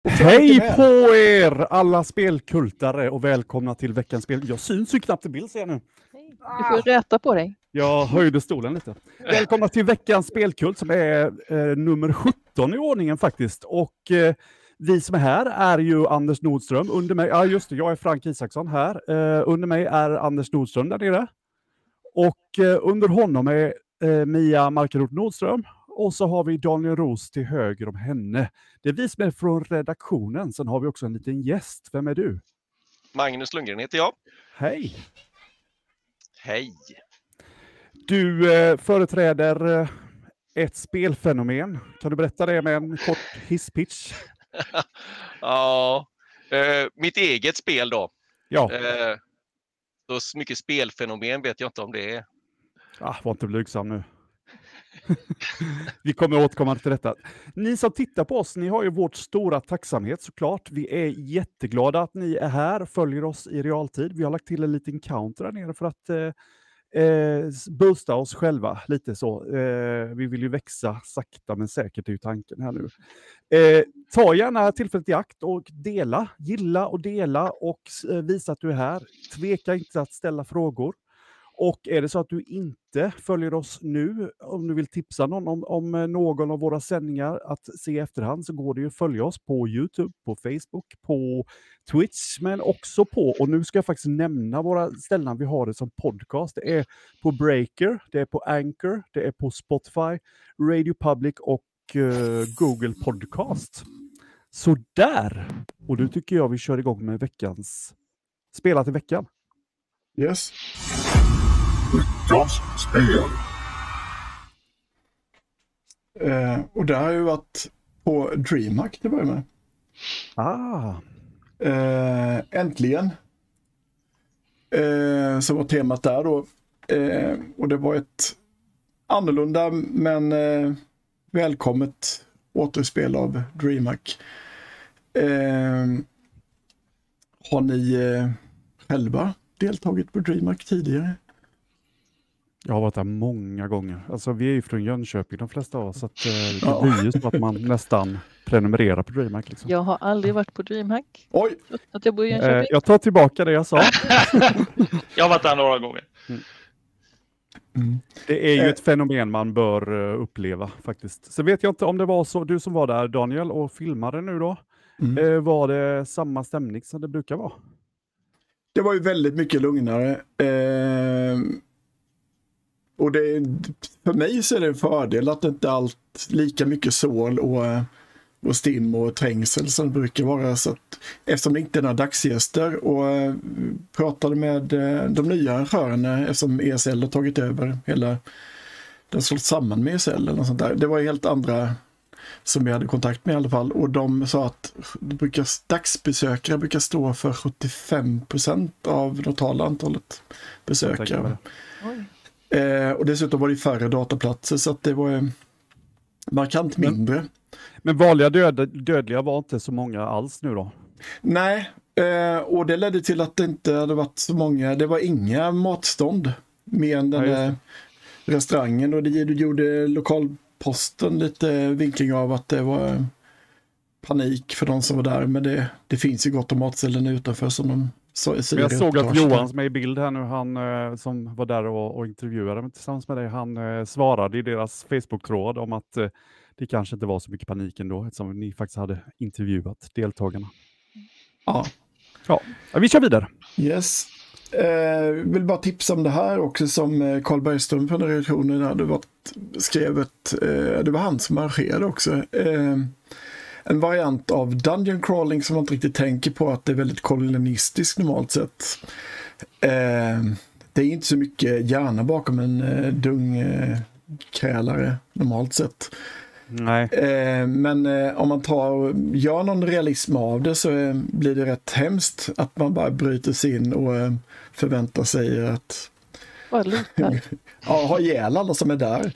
Hej på er alla spelkultare och välkomna till veckans spel. Jag syns ju knappt i bild, ser jag nu. Du får rätta på dig. Jag höjde stolen lite. Välkomna till veckans spelkult som är nummer 17 i ordningen faktiskt. Och vi som är här är ju Anders Nordström. Under mig, ja just det, jag är Frank Isaksson här. Under mig är Anders Nordström där nere. Och under honom är Mia Markerot Nordström. Och så har vi Daniel Ros till höger om henne. Det är vi som är från redaktionen. Sen har vi också en liten gäst. Vem är du? Magnus Lundgren heter jag. Hej. Hej. Du företräder ett spelfenomen. Kan du berätta det med en kort hisspitch? Ja, mitt eget spel då. Ja. Så mycket spelfenomen vet jag inte om det är. Var inte blygsam nu. Vi kommer återkomma till detta. Ni som tittar på oss, ni har ju vårt stora tacksamhet såklart. Vi är jätteglada att ni är här, följer oss i realtid. Vi har lagt till en liten counter där nere för att boosta oss själva lite så. Vi vill ju växa sakta men säkert, är ju tanken här nu. Ta gärna tillfället i akt och dela, gilla och dela och visa att du är här. Tveka inte att ställa frågor. Och är det så att du inte följer oss nu, om du vill tipsa någon om någon av våra sändningar att se i efterhand, så går det ju att följa oss på YouTube, på Facebook, på Twitch, men också på, och nu ska jag faktiskt nämna våra ställen vi har det som podcast. Det är på Breaker, det är på Anchor, det är på Spotify, Radio Public och Google Podcast. Så där! Och då tycker jag vi kör igång med veckans Spela till veckan. Yes. Veckans spel. Och det har ju varit på DreamHack det börjar med. Äntligen. Så var temat där då. Och det var ett annorlunda men välkommet återspel av DreamHack. Har ni själva deltagit på DreamHack tidigare? Jag har varit där många gånger. Alltså vi är ju från Jönköping de flesta av oss, så att, det blir ju så att man nästan prenumererar på DreamHack. Liksom. Jag har aldrig varit på DreamHack. Oj! Att jag bor i Jönköping. Jag tar tillbaka det jag sa. Jag har varit där några gånger. Det är ju ett fenomen man bör uppleva faktiskt. Så vet jag inte om det var så, du som var där Daniel och filmade nu då, var det samma stämning som det brukar vara? Det var ju väldigt mycket lugnare. Och för mig så är det en fördel att det inte är allt lika mycket sål och stim och trängsel som det brukar vara. Så att, eftersom det inte är några dagsgäster och pratade med de nya arrangörerna eftersom ESL har tagit över hela, den slått samman med ESL eller något sånt där. Det var helt andra som vi hade kontakt med i alla fall, och de sa att dagsbesökare brukar stå för 75% av det totala antalet besökare. Och dessutom var det färre dataplatser, så att det var markant mindre. Men vanliga dödliga var inte så många alls nu då? Nej, och det ledde till att det inte hade varit så många, det var inga matstånd mer än den där restaurangen, och det gjorde lokalposten lite vinkling av att det var panik för de som var där, men det finns ju gott om matställen utanför som de jag såg att Johan som är i bild här nu, han som var där och intervjuade tillsammans med dig, han svarade i deras Facebook-tråd om att det kanske inte var så mycket panik ändå, eftersom ni faktiskt hade intervjuat deltagarna. Ja, vi kör vidare. Yes. Vill bara tipsa om det här också som Carl Bergström från redaktionen hade skrivit. Det var han som arrangerade också. En variant av dungeon crawling som man inte riktigt tänker på att det är väldigt kolonialistiskt normalt sett. Det är inte så mycket hjärna bakom en dungkrälare normalt sett. Nej. Men om man gör någon realism av det så blir det rätt hemskt att man bara bryter sig in och förväntar sig att ha ihjäl alla som är där.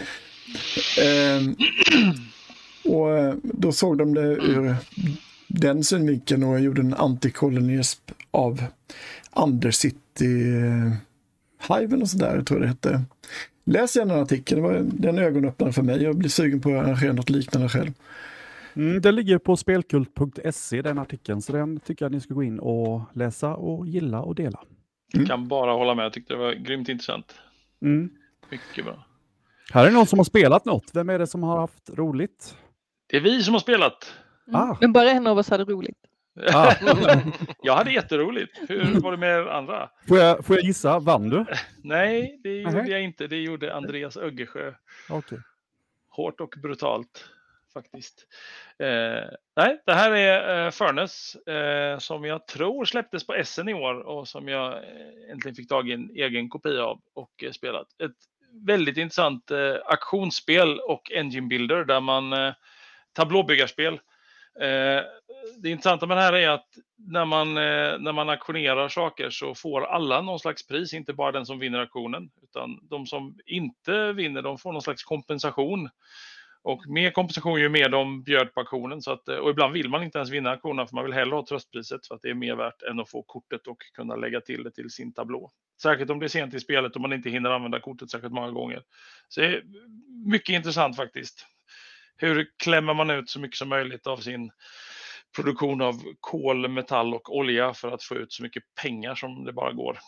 Och då såg de det ur den synvinkeln och gjorde en antikolonialism av Undercity Hive och sådär, tror jag det hette. Läs gärna en artikel, det var en ögonöppnare för mig. Jag blir sugen på att arrangera något liknande själv. Den ligger på spelkult.se, den artikeln, så den tycker jag ni ska gå in och läsa och gilla och dela. Kan bara hålla med, jag tyckte det var grymt intressant. Mycket bra. Här är någon som har spelat något. Vem är det som har haft roligt? Det är vi som har spelat. Men bara en av oss hade roligt. Jag hade jätteroligt. Hur var det med andra? Får jag gissa, vann du? Nej, det gjorde jag inte. Det gjorde Andreas Öggesjö. Okay. Hårt och brutalt faktiskt. Nej, det här är Furnace som jag tror släpptes på SN i år och som jag äntligen fick tag i en egen kopia av och spelat. Ett väldigt intressant aktionsspel och engine builder där man tablåbyggarspel. Det intressanta med det här är att när man auktionerar saker så får alla någon slags pris, inte bara den som vinner auktionen, utan de som inte vinner, de får någon slags kompensation. Och mer kompensation ju mer de bjöd på auktionen. Så att, och ibland vill man inte ens vinna auktionen för man vill hellre ha tröstpriset för att det är mer värt än att få kortet och kunna lägga till det till sin tablå. Särskilt om det är sent i spelet och man inte hinner använda kortet särskilt många gånger. Så det är mycket intressant faktiskt. Hur klämmer man ut så mycket som möjligt av sin produktion av kol, metall och olja för att få ut så mycket pengar som det bara går.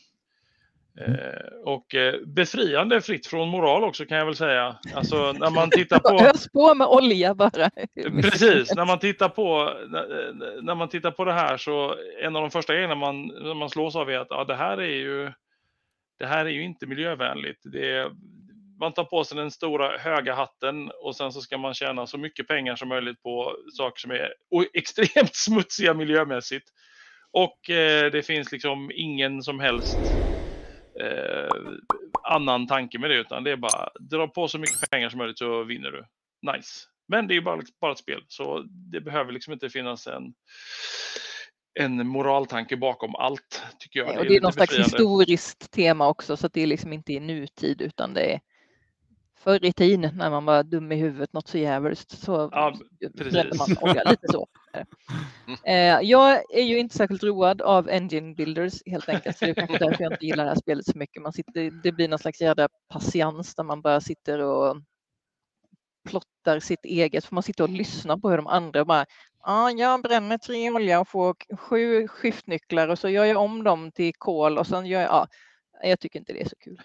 Och befriande fritt från moral också kan jag väl säga. Alltså när man tittar på... Ös på med olja bara. Precis, när man tittar på det här så en av de första grejerna man slås av är att det här är ju inte miljövänligt. Man tar på sig den stora höga hatten och sen så ska man tjäna så mycket pengar som möjligt på saker som är extremt smutsiga miljömässigt. Och det finns liksom ingen som helst annan tanke med det, utan det är bara dra på så mycket pengar som möjligt så vinner du. Nice. Men det är ju bara ett spel, så det behöver liksom inte finnas en moraltanke bakom allt, tycker jag. Och det är någon slags historiskt tema också, så att det är liksom inte i nutid utan det är förr i tiden när man var dum i huvudet något så jävligt så brände man olja, lite så. Jag är ju inte särskilt road av engine builders helt enkelt, så det är kanske därför jag inte gillar det här spelet så mycket. Det blir någon slags jävla patiens där man bara sitter och plottar sitt eget, för man sitter och lyssnar på hur de andra bara jag bränner 3 olja och får 7 skiftnycklar och så gör jag om dem till kol och sen gör jag tycker inte det är så kul.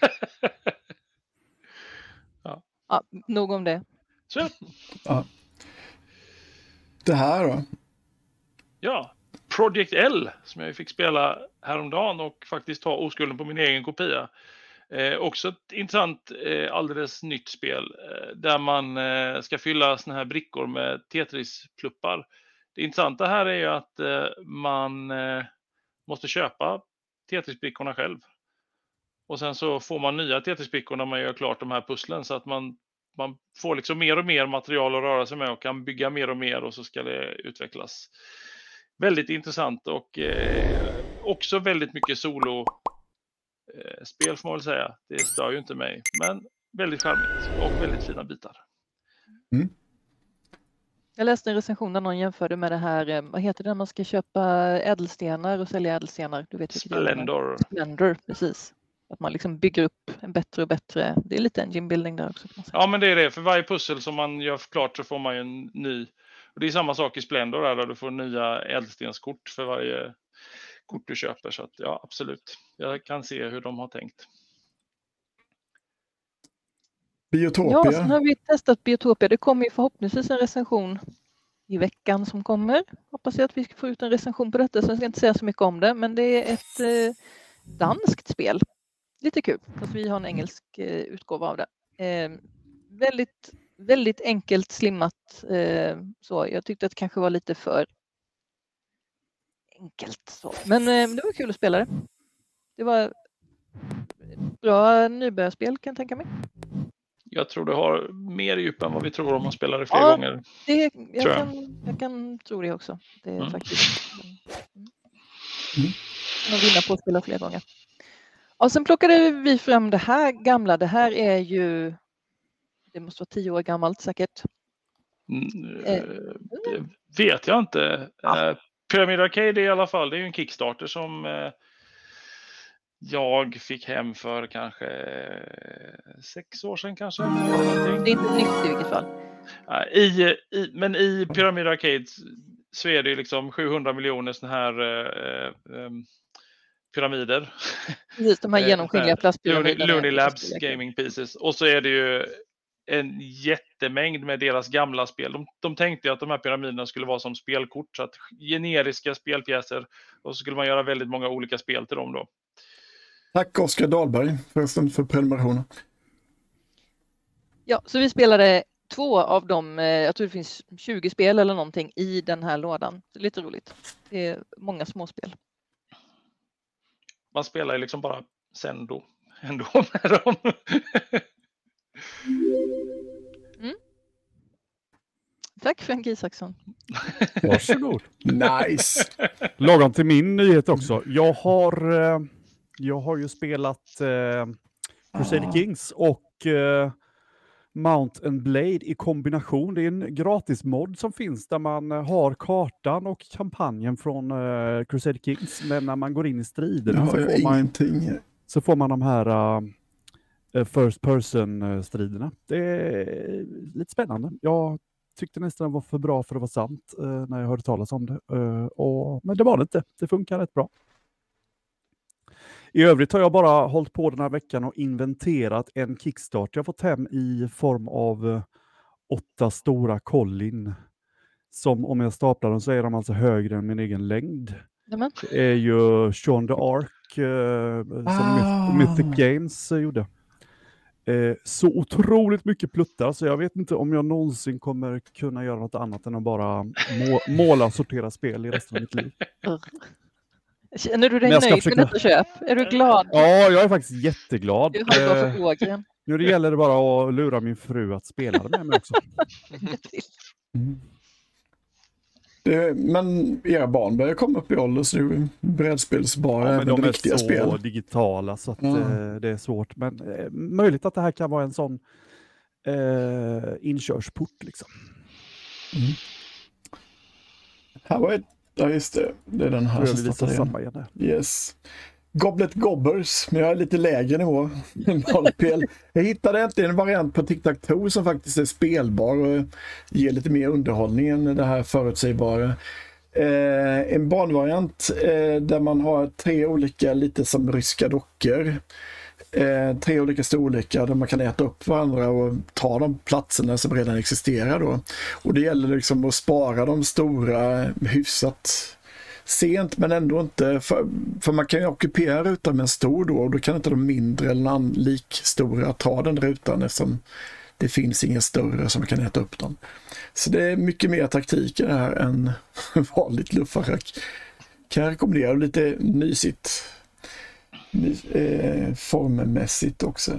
Nog om det. Så. Ja. Det här då? Ja, Project L som jag fick spela häromdagen och faktiskt ta oskulden på min egen kopia. Också ett intressant, alldeles nytt spel där man ska fylla såna här brickor med Tetris-pluppar. Det intressanta här är ju att man måste köpa Tetris-brickorna själv. Och sen så får man nya Tetris-brickor när man gör klart de här pusslen, så att man får liksom mer och mer material att röra sig med och kan bygga mer och mer och så ska det utvecklas. Väldigt intressant och också väldigt mycket solo spel får man väl säga. Det stör ju inte mig, men väldigt charmigt och väldigt fina bitar. Mm. Jag läste en recension där någon jämförde med det här, vad heter det när man ska köpa ädelstenar och sälja ädelstenar? Du vet Splendor. Splendor, precis. Att man liksom bygger upp en bättre och bättre, det är lite engine building där också. Ja, men det är det. För varje pussel som man gör klart så får man ju en ny. Och det är samma sak i Splendor där du får nya ädelstenskort för varje kort du köper. Så att, ja, absolut. Jag kan se hur de har tänkt. Biotopia. Ja, sen har vi testat Biotopia. Det kommer ju förhoppningsvis en recension i veckan som kommer. Hoppas jag att vi ska få ut en recension på detta, så jag ska inte säga så mycket om det. Men det är ett danskt spel. Lite kul, fast vi har en engelsk utgåva av det. Väldigt, väldigt enkelt slimmat. Så jag tyckte att det kanske var lite för enkelt. Så. Men det var kul att spela det. Det var bra nybörjarspel kan jag tänka mig. Jag tror det har mer djup än vad vi tror om man spelar det fler gånger. Jag kan tro det också. Det är faktiskt man vinner på att spela fler gånger. Och sen plockade vi fram det här gamla. Det här är ju, det måste vara 10 år gammalt säkert. Vet jag inte. Pyramid Arcade i alla fall, det är ju en Kickstarter som jag fick hem för kanske 6 år sedan kanske. Det är inte nytt i vilket fall. Men i Pyramid Arcade så är det ju liksom 700 miljoner såna här pyramider. Precis, de här genomskinliga plastpyramiderna. Looney Labs Gaming Pieces. Och så är det ju en jättemängd med deras gamla spel. De tänkte ju att de här pyramiderna skulle vara som spelkort, så att generiska spelpjäser, och så skulle man göra väldigt många olika spel till dem då. Tack Oskar Dahlberg förresten för prenumerationen. Ja, så vi spelade 2 av dem, jag tror det finns 20 spel eller någonting i den här lådan. Det är lite roligt. Det är många småspel. Man spelar ju liksom bara ändå med dem. Tack Frank Isaksson. Varsågod. Nice. Lagom till min nyhet också. Jag har ju spelat Crusader Kings och Mount and Blade i kombination. Det är en gratis mod som finns där man har kartan och kampanjen från Crusader Kings. Men när man går in i striderna så får man de här first person striderna. Det är lite spännande. Jag tyckte nästan det var för bra för att vara sant när jag hörde talas om det. Men det var det inte. Det funkar rätt bra. I övrigt har jag bara hållit på den här veckan och inventerat en Kickstart jag fått hem i form av 8 stora kollin. Som om jag staplar dem så är de alltså högre än min egen längd. Jamen. Det är ju Sean the Ark som Mythic Games gjorde. Så otroligt mycket pluttar så jag vet inte om jag någonsin kommer kunna göra något annat än att bara måla och sortera spel i resten av mitt liv. Känner du dig nöjd med detta köp? Är du glad? Ja, jag är faktiskt jätteglad. Du har gått för Ågren. Nu gäller det bara att lura min fru att spela med mig också. Men era barn börjar komma upp i ålder så det är brädspelsbara även de riktiga spel. De är så digitala så att det är svårt. Men möjligt att det här kan vara en sån inkörsport liksom. Här var ett... Ja just det, det är den här som startar igen. Yes. Goblet Gobbers, men jag är lite lägre nivå. Jag hittade inte en variant på Tic-Tac-Toe som faktiskt är spelbar och ger lite mer underhållning än det här förutsägbara. En barnvariant där man har 3 olika, lite som ryska dockor. 3 olika storlekar där man kan äta upp varandra och ta de platserna som redan existerar då. Och det gäller liksom att spara de stora hyfsat sent men ändå inte, för man kan ju ockupera rutan med en stor då och då kan inte de mindre eller likstora ta den rutan eftersom det finns inga större som kan äta upp dem. Så det är mycket mer taktik i det här än vanligt luffarschack. Kan jag rekommendera lite mysigt formmässigt också.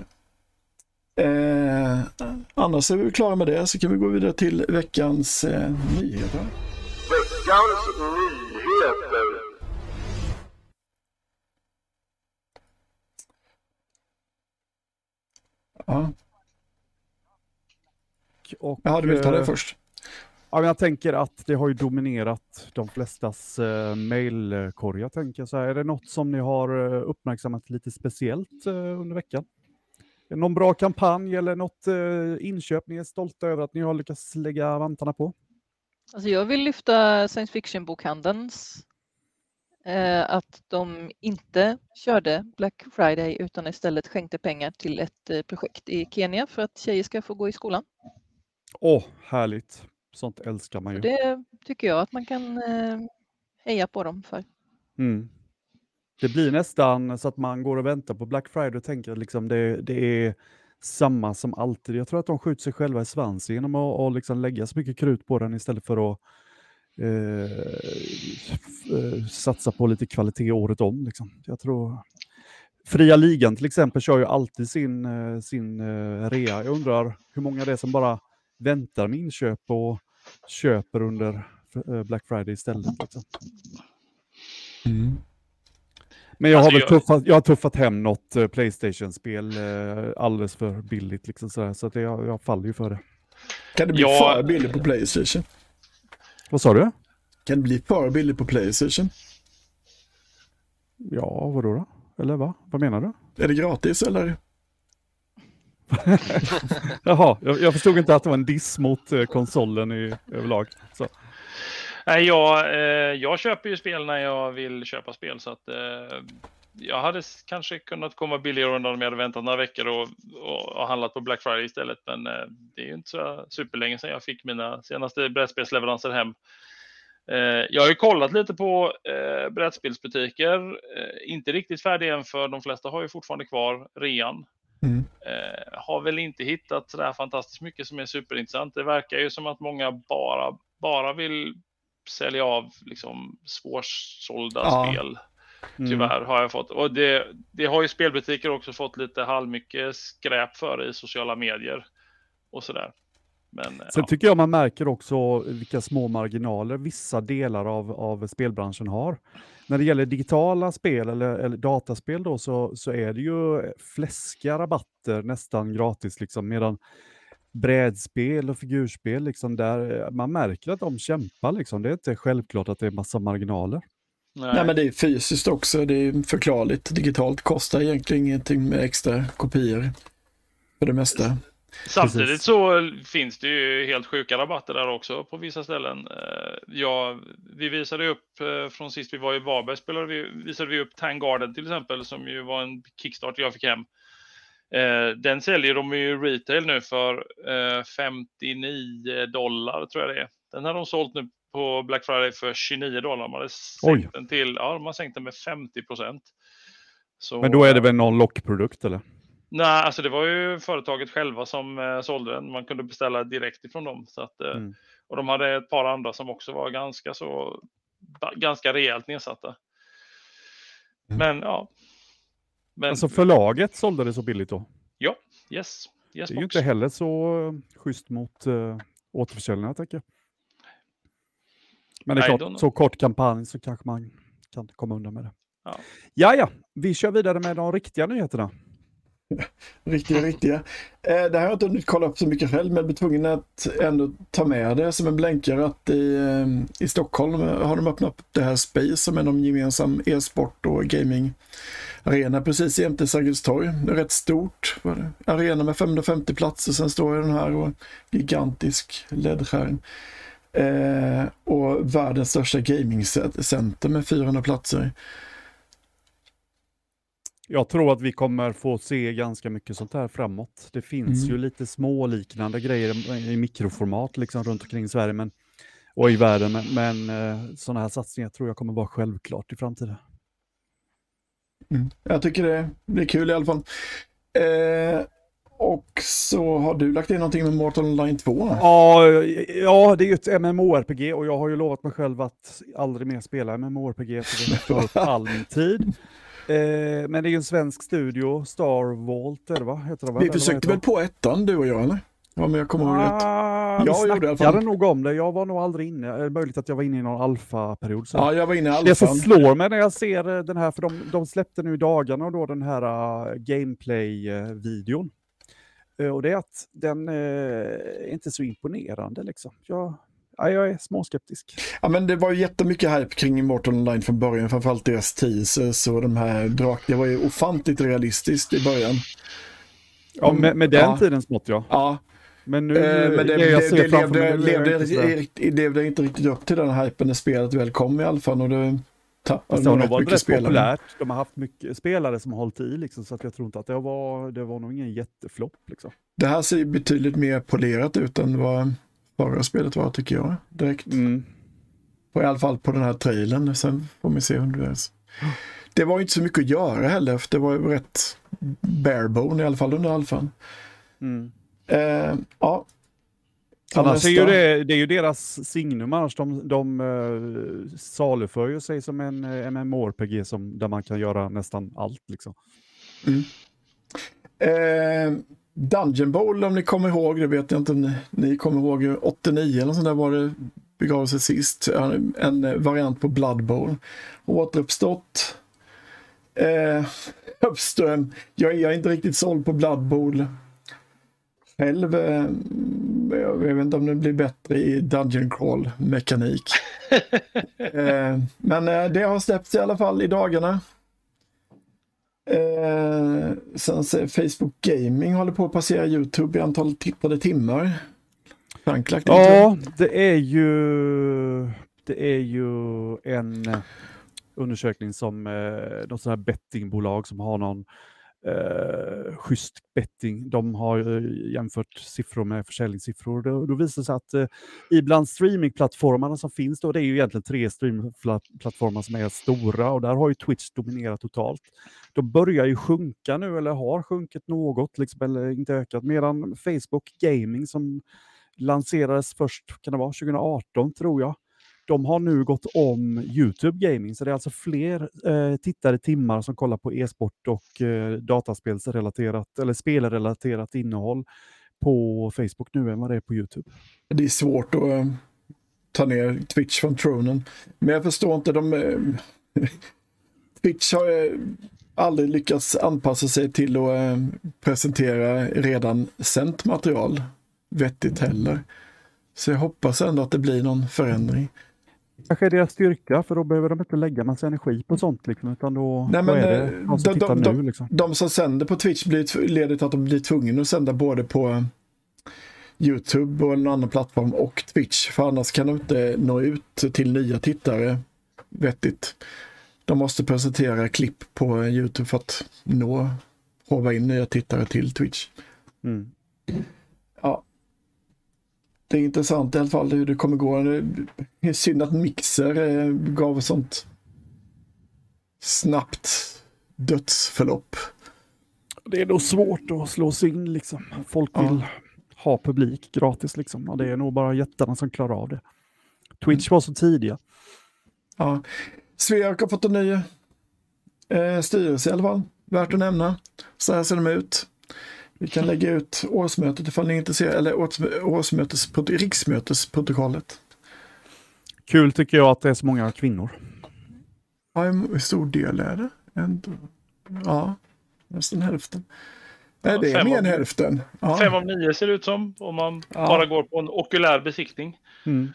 Annars är vi klara med det så kan vi gå vidare till veckans nyheter. Veckans nyheter. Ja. Och, du vill ta det först? Ja, men jag tänker att det har ju dominerat de flestas mailkorgar. Tänker jag så här. Är det något som ni har uppmärksammat lite speciellt under veckan? Är det någon bra kampanj eller något inköp ni är stolta över att ni har lyckats lägga vantarna på? Alltså jag vill lyfta science fiction-bokhandelns att de inte körde Black Friday utan istället skänkte pengar till ett projekt i Kenya för att tjejer ska få gå i skolan. Härligt. Sånt älskar man ju. Det tycker jag att man kan heja på dem för. Det blir nästan så att man går och väntar på Black Friday och tänker att liksom det är samma som alltid. Jag tror att de skjuter sig själva i svansen genom att liksom lägga så mycket krut på den istället för att satsa på lite kvalitet året om. Liksom. Jag tror Fria ligan till exempel kör ju alltid sin rea. Jag undrar hur många det är som bara väntar med inköp och köper under Black Friday istället. Liksom. Men jag har tuffat hem något PlayStation-spel alldeles för billigt. Liksom sådär, så att jag faller ju för det. Kan det bli för billigt på PlayStation? Vad sa du? Kan det bli för billigt på PlayStation? Ja, vadå då? Eller va? Vad menar du? Är det gratis eller? Jaha, jag förstod inte att det var en diss mot konsolen överlag. Så. Nej, jag köper ju spel när jag vill köpa spel, så att jag hade kanske kunnat komma billigare undan om jag hade väntat några veckor och handlat på Black Friday istället. Men det är ju inte så superlänge sedan jag fick mina senaste brädspelsleveranser hem. Jag har ju kollat lite på brädspelsbutiker, inte riktigt färdig än, för de flesta har ju fortfarande kvar rean. Har väl inte hittat sådär fantastiskt mycket som är superintressant. Det verkar ju som att många bara vill sälja av liksom svårsålda spel. Tyvärr har jag fått. Och det har ju spelbutiker också fått lite halvmycket skräp för i sociala medier och sådär. Men, sen tycker jag man märker också vilka små marginaler vissa delar av spelbranschen har. När det gäller digitala spel eller dataspel då, så är det ju fläskiga rabatter nästan gratis liksom, medan brädspel och figurspel liksom, där man märker att de kämpar liksom. Det är inte självklart att det är massa marginaler. Nej, men det är fysiskt också, det är förklarligt. Digitalt kostar egentligen ingenting med extra kopior för det mesta. Samtidigt Precis. så finns det ju helt sjuka rabatter där också på vissa ställen. Vi visade upp, från sist vi var i Varberg visade vi upp Tang Garden till exempel, som ju var en kickstart jag fick hem. Den säljer de ju retail nu för $59 tror jag det är. Den har de sålt nu på Black Friday för $29. Man hade sänkt den till, de har sänkt den med 50%. Så, men då är det väl någon lockprodukt eller? Nej, alltså det var ju företaget själva som sålde den. Man kunde beställa direkt ifrån dem. Så att, och de hade ett par andra som också var ganska rejält nedsatta. Men ja. Men, alltså förlaget sålde det så billigt då? Ja, yes det är box. ju inte heller så schysst mot återförsäljningar, tänker jag. Men det är klart, så kort kampanj så kanske man kan komma undan med det. Ja, vi kör vidare med de riktiga nyheterna. Riktiga. Det här har jag inte hunnit kolla upp så mycket själv, men jag blir tvungen att ändå ta med det som en blänkare att i Stockholm har de öppnat upp det här Space som är någon gemensam e-sport och gaming-arena precis jämte Sergels torg. Det är rätt stort. Arena med 550 platser, sen står den här och gigantisk LED-skärm. Och världens största gaming-center med 400 platser. Jag tror att vi kommer få se ganska mycket sånt här framåt. Det finns ju lite små liknande grejer i mikroformat liksom runt omkring Sverige och i världen. Men sådana här satsningar tror jag kommer vara självklart i framtiden. Jag tycker det blir kul i alla fall. Och så har du lagt in någonting med Mortal Online 2? Ja, det är ju ett MMORPG och jag har ju lovat mig själv att aldrig mer spela MMORPG, så det tar upp all min tid. Men det är ju en svensk studio, Star Vault, eller vad heter det? Vi försökte väl på ettan, du och jag, eller? Ja, men jag kommer ihåg rätt. Jag snackade nog om det, jag var nog aldrig inne. Är det möjligt att jag var inne i någon alfa-period? Ja, jag var inne i alfan. Det som slår mig när jag ser den här, för de släppte nu i dagarna då den här gameplay-videon. Och det är att den är inte så imponerande liksom. Jag är småskeptisk. Ja, men det var ju jättemycket hype kring Mortal Online från början, framförallt deras teasers och de här det var ju ofantligt realistiskt i början. Ja, med den tidens mått, ja. Ja. Men nu men det levde inte riktigt upp till den hypen när spelet väl kom i alla fall, och det tappade nog rätt mycket spelare. Populärt. De har haft mycket spelare som har hållit i liksom, så att jag tror inte att det var nog ingen jätteflopp liksom. Det här ser betydligt mer polerat ut än vad förra spelet var, tycker jag, direkt. Och i alla fall på den här trailern, sen får vi se hur det är. Det var inte så mycket att göra heller, för det var ju rätt barebone i alla fall under alfan. Ja. Annars är det är ju deras signum, annars de saluför ju sig som en MMORPG där man kan göra nästan allt liksom. Dungeon Bowl, om ni kommer ihåg, det vet jag inte om ni kommer ihåg, 89 eller sånt där var det begav sig sist, en variant på Blood Bowl. Återuppstått. Uppström. Jag är inte riktigt såld på Blood Bowl själv. Jag vet inte om det blir bättre i Dungeon Crawl mekanik. Men det har släppts i alla fall i dagarna. Sen Facebook Gaming håller på att passera YouTube i antal tittade timmar. Frank lagt in Ja, det är ju en undersökning som något sådant här bettingbolag som har någon schysst betting. De har jämfört siffror med försäljningssiffror. Då visar det sig att ibland streamingplattformarna som finns då, det är ju egentligen 3 streamingplattformar som är stora och där har ju Twitch dominerat totalt. De börjar ju sjunka nu eller har sjunkit något liksom, eller inte ökat, medan Facebook Gaming som lanserades först, kan det vara 2018 tror jag. De har nu gått om YouTube Gaming, så det är alltså fler tittare timmar som kollar på e-sport och dataspelsrelaterat eller spelrelaterat innehåll på Facebook nu än vad det är på YouTube. Det är svårt att ta ner Twitch från tronen. Men jag förstår inte, Twitch har aldrig lyckats anpassa sig till att presentera redan sänt material vettigt heller. Så jag hoppas ändå att det blir någon förändring. Kanske är deras styrka, för då behöver de inte lägga massa energi på sånt liksom, utan då Nej, men, är det de som tittar nu liksom. De som sänder på Twitch leder till att de blir tvungna att sända både på YouTube och en annan plattform och Twitch, för annars kan de inte nå ut till nya tittare vettigt. De måste presentera klipp på YouTube för att håva in nya tittare till Twitch. Mm. Ja. Det är intressant i alla fall hur det kommer gå. Det är synd att Mixer gav sånt snabbt dödsförlopp. Det är nog svårt att slå sig in liksom. Folk vill ha publik gratis liksom. Och det är nog bara jättarna som klarar av det. Twitch var så tidiga. Ja. Sveak har fått en ny styrelse i alla fall. Värt att nämna. Så här ser de ut. Vi kan lägga ut årsmötet ifall ni är intresserade, eller riksmötesprotokollet. Kul tycker jag att det är så många kvinnor. Ja, en stor del är det. Ja, nästan hälften. Nej, det är mer än hälften. Ja. 5 av 9 ser det ut som, om man bara går på en okulär besiktning. Mm.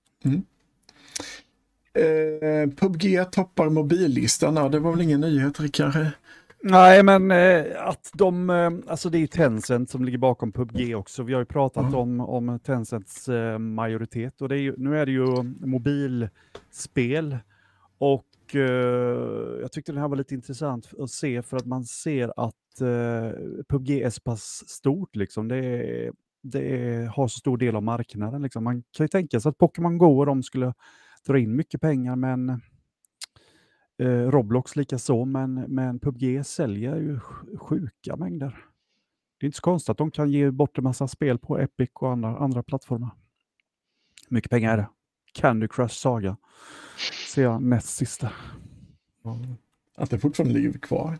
PUBG toppar mobillistan. Ja, det var väl ingen nyhet kanske? Nej, men att alltså det är ju Tencent som ligger bakom PUBG också. Vi har ju pratat om Tencents majoritet och nu är det ju mobilspel och jag tyckte det här var lite intressant att se, för att man ser att PUBG är så pass stort liksom. Det har så stor del av marknaden liksom. Man kan ju tänka sig att Pokémon Go och de skulle dra in mycket pengar, men Roblox lika så, men PUBG säljer ju sjuka mängder. Det är inte så konstigt att de kan ge bort en massa spel på Epic och andra plattformar. Mycket pengar är det. Candy Crush Saga ser jag näst sista. Att det fortfarande ligger kvar.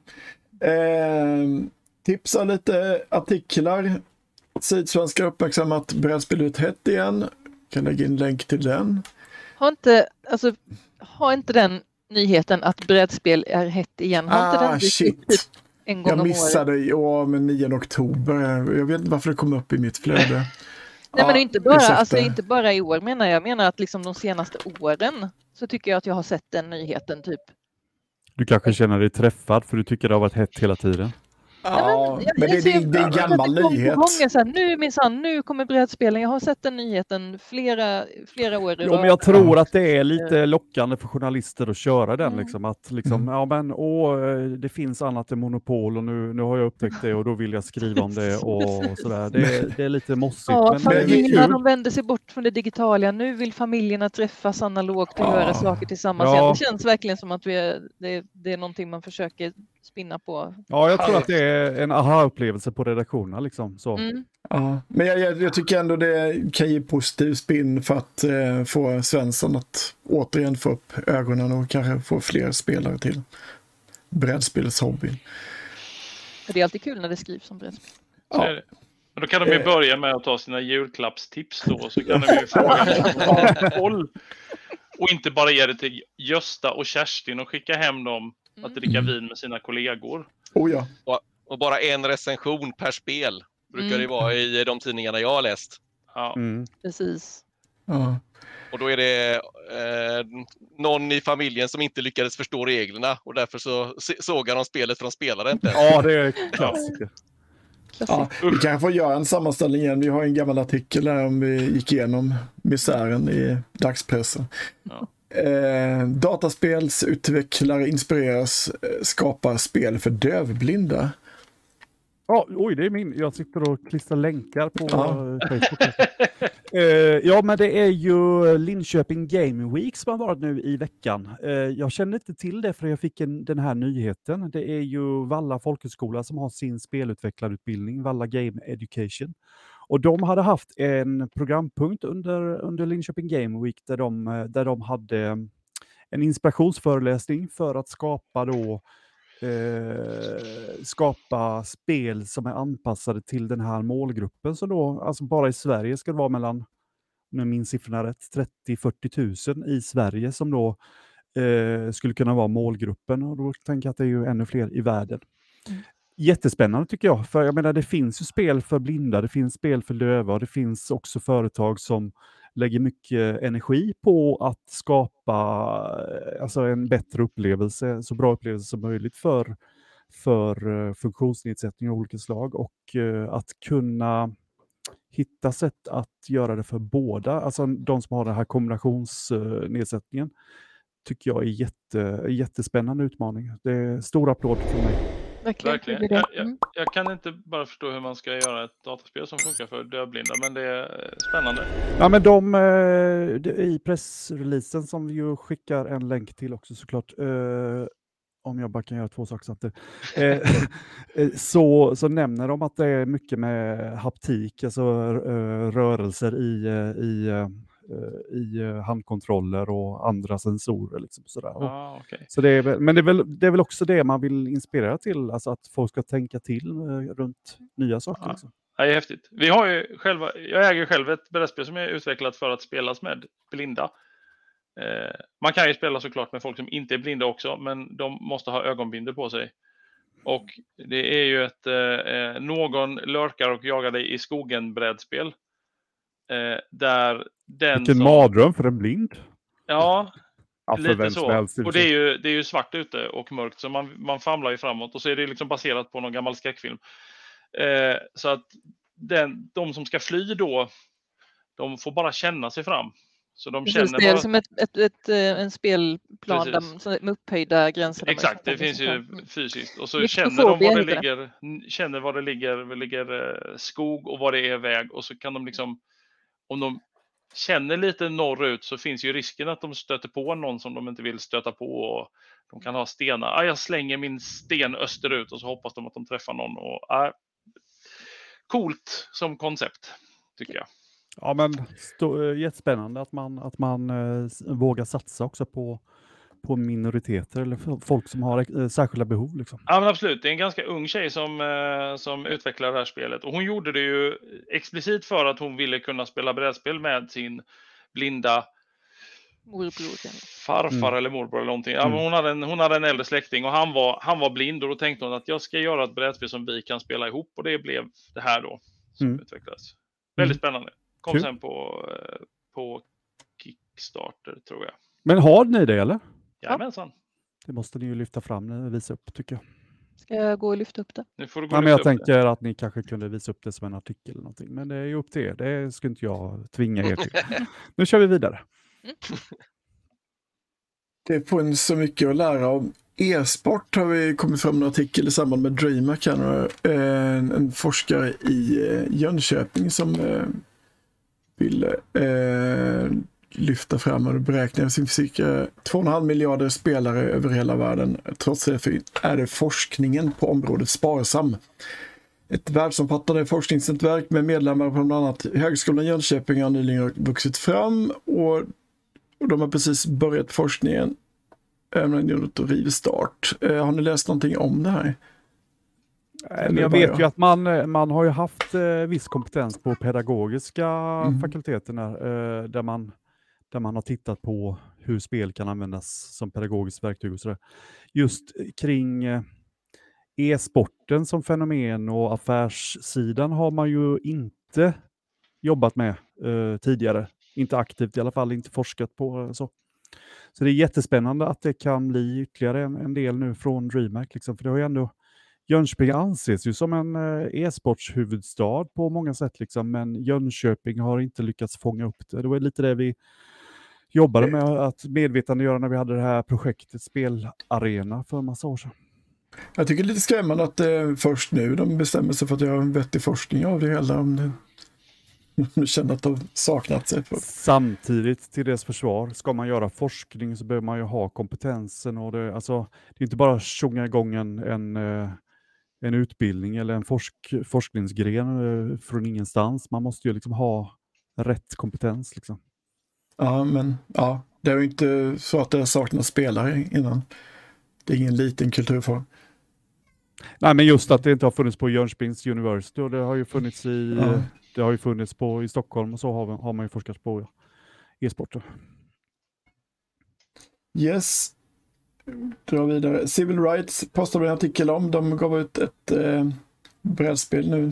Tipsa lite artiklar. Sydsvenska uppmärksammat brädspel ut hett igen. Kan lägga in länk till den. Har inte den nyheten att brädspel är hett igen? Har inte den shit. En gång jag missade med 9 oktober. Jag vet inte varför det kom upp i mitt flöde. Nej, men inte bara i år menar jag. Jag menar att liksom de senaste åren så tycker jag att jag har sett den nyheten typ. Du kanske känner dig träffad för du tycker det har varit hett hela tiden. Ja, men det är en gammal nyhet. Nu kommer brädspelen. Jag har sett den nyheten flera år. Ja, men jag tror att det är lite lockande för journalister att köra den. Liksom, att liksom, det finns annat än monopol och nu har jag upptäckt det och då vill jag skriva om det och sådär. Det är lite mossigt. Ja, men familjerna de vänder sig bort från det digitala. Nu vill familjerna träffas analogt och göra saker tillsammans. Ja. Det känns verkligen som att det är någonting man försöker spinna på. Ja, jag tror att det är en aha-upplevelse på redaktionerna. Liksom, så. Ja, men jag tycker ändå det kan ge positiv spinn för att få Svensson att återigen få upp ögonen och kanske få fler spelare till brädspelshobbyn. Det är alltid kul när det skrivs om brädspel. Ja. Men då kan de ju börja med att ta sina julklappstips då, så kan de ju fråga håll och inte bara ge det till Gösta och Kerstin och skicka hem dem att dricka vin med sina kollegor. Oh ja. Och bara en recension per spel brukar det vara i de tidningarna jag har läst. Ja. Precis. Ja. Och då är det någon i familjen som inte lyckades förstå reglerna och därför så sågar de spelet för de spelade inte. Ja, det är klassiker. Ja, vi kan få göra en sammanställning igen. Vi har en gammal artikel där om vi gick igenom misären i dagspressen. Ja. Dataspelsutvecklare inspireras, skapar spel för dövblinda. Ja, oj, det är min. Jag sitter och klistrar länkar på Facebook. Ja, men det är ju Linköping Game Week som har varit nu i veckan. Jag känner inte till det för jag fick den här nyheten. Det är ju Valla folkhögskola som har sin spelutvecklarutbildning, Valla Game Education. Och de hade haft en programpunkt under Linköping Game Week där de hade en inspirationsföreläsning för att skapa spel som är anpassade till den här målgruppen. Så då, alltså bara i Sverige ska det vara mellan, om jag minns siffrorna rätt, 30-40 000 i Sverige som då skulle kunna vara målgruppen. Och då tänker jag att det är ju ännu fler i världen. Jättespännande tycker jag. För jag menar, det finns ju spel för blinda, det finns spel för döva och det finns också företag som lägger mycket energi på att skapa alltså en bättre upplevelse, så bra upplevelse som möjligt för funktionsnedsättning av olika slag och att kunna hitta sätt att göra det för båda, alltså de som har den här kombinationsnedsättningen tycker jag är jättespännande utmaning. Det är stor applåd för mig. Verkligen. Jag kan inte bara förstå hur man ska göra ett dataspel som funkar för dövblinda, men det är spännande. Ja, men i pressreleasen som vi ju skickar en länk till också såklart, om jag bara kan göra två saker samtidigt, så nämner de att det är mycket med haptik, alltså rörelser i handkontroller och andra sensorer. Liksom, sådär. Okay. Så det är väl också det man vill inspirera till, alltså att folk ska tänka till runt nya saker. Ja. Liksom. Det är häftigt. Vi har ju jag äger själv ett brädspel som är utvecklat för att spelas med blinda. Man kan ju spela såklart med folk som inte är blinda också, men de måste ha ögonbindel på sig. Och det är ju någon lurkar och jagar dig i skogen brädspel. Där Vilken mardröm för en blind. Ja, lite så. Och det är ju svart ute och mörkt, så man famlar ju framåt. Och så är det liksom baserat på någon gammal skräckfilm. Så att de som ska fly då, de får bara känna sig fram. Så de känner det är som en spelplan med upphöjda gränser. Exakt, det finns ju fysiskt. Och så känner de var det ligger skog och var det är väg. Och så kan de liksom, om de känner lite norrut så finns ju risken att de stöter på någon som de inte vill stöta på. Och de kan ha stenar. Jag slänger min sten österut och så hoppas de att de träffar någon. Och, coolt som koncept, tycker jag. Ja, men jättespännande att man vågar satsa också på minoriteter eller folk som har särskilda behov. Liksom. Ja, men absolut. Det är en ganska ung tjej som utvecklar det här spelet. Och hon gjorde det ju explicit för att hon ville kunna spela brädspel med sin blinda farfar eller morbror eller någonting. Ja, men hon hade en äldre släkting och han var blind, och då tänkte hon att jag ska göra ett brädspel som vi kan spela ihop, och det blev det här då som utvecklades. Väldigt spännande. Kom sen på Kickstarter, tror jag. Men har ni det, eller? Jajamensan. Det måste ni ju lyfta fram och visa upp, tycker jag. Ska jag gå och lyfta upp det? Nu får du men jag tänker att ni kanske kunde visa upp det som en artikel eller någonting. Men det är ju upp till er. Det skulle inte jag tvinga er till. Nu kör vi vidare. Det finns så mycket att lära om. E-sport har vi kommit fram en artikel i samband med DreamHack. En forskare i Jönköping som vill lyfta fram och beräkna sin cirka 2,5 miljarder spelare över hela världen. Trots det är det forskningen på området sparsam. Ett världsomfattande forskningsnätverk med medlemmar från bland annat Högskolan Jönköping har nyligen vuxit fram, och de har precis börjat forskningen. Rivstart. Har ni läst någonting om det här? Jag vet ju att man har ju haft viss kompetens på pedagogiska fakulteterna där man har tittat på hur spel kan användas som pedagogiskt verktyg och sådär. Just kring e-sporten som fenomen och affärssidan har man ju inte jobbat med tidigare. Inte aktivt i alla fall, inte forskat på så. Så det är jättespännande att det kan bli ytterligare en del nu från DreamHack. Liksom, för det har ju ändå, Jönköping anses ju som en e-sportshuvudstad på många sätt. Liksom, men Jönköping har inte lyckats fånga upp det. Det var lite det vi jobbade med att medvetandegöra när vi hade det här projektet Spelarena för en massa år sedan. Jag tycker det är lite skrämmande att först nu de bestämmer sig för att göra en vettig forskning av det hela. Om du känner att de saknat sig. Samtidigt till deras försvar, ska man göra forskning så behöver man ju ha kompetensen. Och det är inte bara att tjonga igång en utbildning eller en forskningsgren från ingenstans. Man måste ju liksom ha rätt kompetens. Liksom. Ja, men det är ju inte så att det saknas spelare innan. Det är ingen liten kulturform. Nej, men just att det inte har funnits på Jönköpings University och det har ju funnits det har ju funnits i Stockholm och så har man ju forskat på e-sporten. Yes. Dra vidare. Civil Rights postade en artikel om. De gav ut ett brädspel nu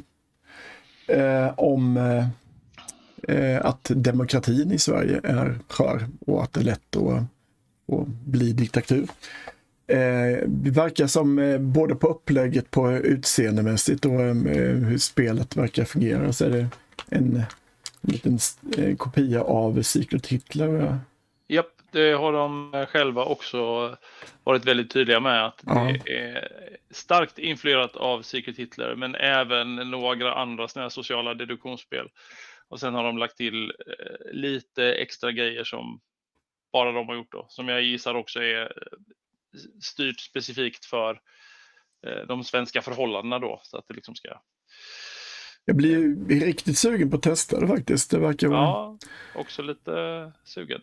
om att demokratin i Sverige är skör och att det är lätt att bli diktatur. Det verkar som både på upplägget på utseendemässigt och hur spelet verkar fungera så är det en liten kopia av Secret Hitler. Japp, det har de själva också varit väldigt tydliga med att det är starkt influerat av Secret Hitler men även några andra såna här sociala deduktionsspel. Och sen har de lagt till lite extra grejer som bara de har gjort då. Som jag gissar också är styrt specifikt för de svenska förhållandena då. Så att det liksom ska... Jag blir riktigt sugen på att testa det faktiskt. Det verkar vara... Ja, också lite sugen.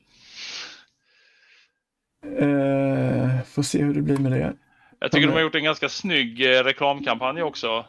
Får se hur det blir med det. Jag tycker de har gjort en ganska snygg reklamkampanj också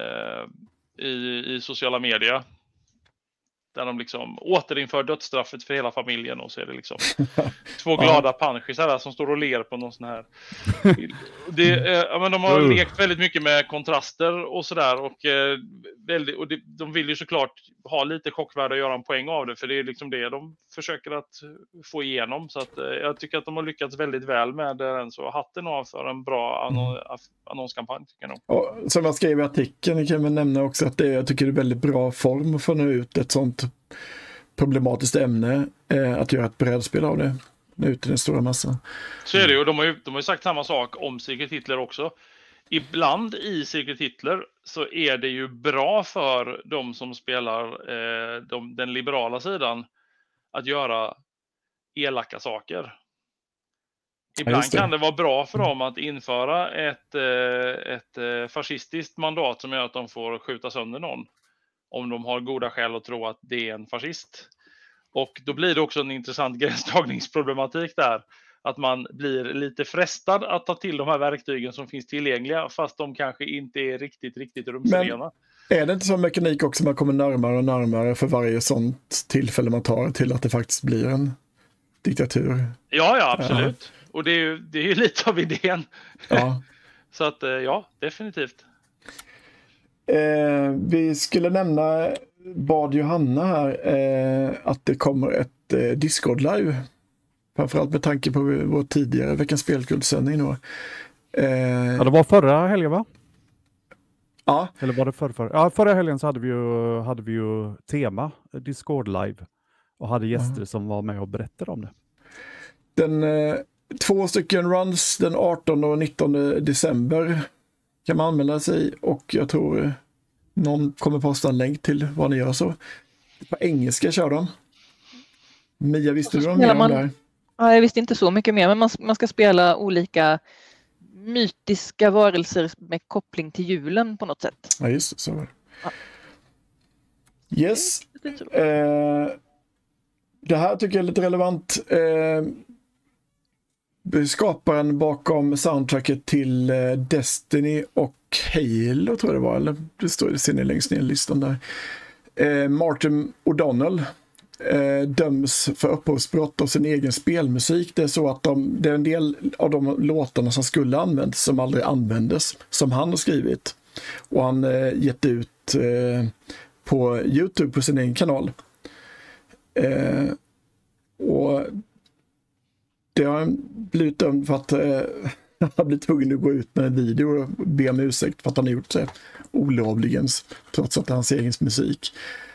i sociala medier. Där de liksom återinför dödsstraffet för hela familjen och så är det liksom två glada panschisar som står och ler på någon sån här. Men de har lekt väldigt mycket med kontraster och sådär och de vill ju såklart ha lite chockvärde och göra en poäng av det för det är liksom det de försöker att få igenom så att jag tycker att de har lyckats väldigt väl med den så hatten av för en bra annonskampanj tycker jag nog. Och som jag skrev i artikeln kan vi nämna också att jag tycker det är väldigt bra form att få nå ut ett sånt problematiskt ämne att göra ett brädspel av det ut i den stora massan. Så är det ju, och de har ju sagt samma sak om Secret Hitler också. Ibland i Secret Hitler så är det ju bra för de som spelar den liberala sidan att göra elaka saker. Ibland kan det vara bra för dem att införa ett fascistiskt mandat som gör att de får skjuta sönder någon. Om de har goda skäl att tro att det är en fascist. Och då blir det också en intressant gränsdragningsproblematik där. Att man blir lite frestad att ta till de här verktygen som finns tillgängliga fast de kanske inte är riktigt rumsrena. Men är det inte så mekanik också man kommer närmare och närmare för varje sånt tillfälle man tar till att det faktiskt blir en diktatur? Ja, absolut. Och det är ju lite av idén. Ja. Så att definitivt. Vi skulle nämna bad Johanna här att det kommer ett Discord live. Framförallt med tanke på vår tidigare veckans spelguldsändning då. Ja, det var förra helgen va? Ja. Eller var det förra? Ja, förra helgen så hade vi ju tema Discord live och hade gäster som var med och berättade om det. 2 stycken runs den 18 och 19 december kan man anmäla sig och jag tror någon kommer posta en länk till vad ni gör så. På engelska kör de. Mia, visste du mer om det här? Ja, jag visste inte så mycket mer, men man ska spela olika mytiska varelser med koppling till julen på något sätt. Ja, just det, så var det. Ja. Yes. Det här tycker jag är lite relevant. Skaparen bakom soundtracket till Destiny och Halo tror jag det var, eller det ser ni längst ner i listan där. Martin O'Donnell döms för upphovsbrott av sin egen spelmusik. Det är så att det är en del av de låtarna som skulle användas som aldrig användes, som han har skrivit. Och han gett ut på YouTube på sin egen kanal. Och det har blivit dömd för att han har blivit tvungen att gå ut med en video och be om ursäkt för att han har gjort det olovligen, trots att det är hans egen musik.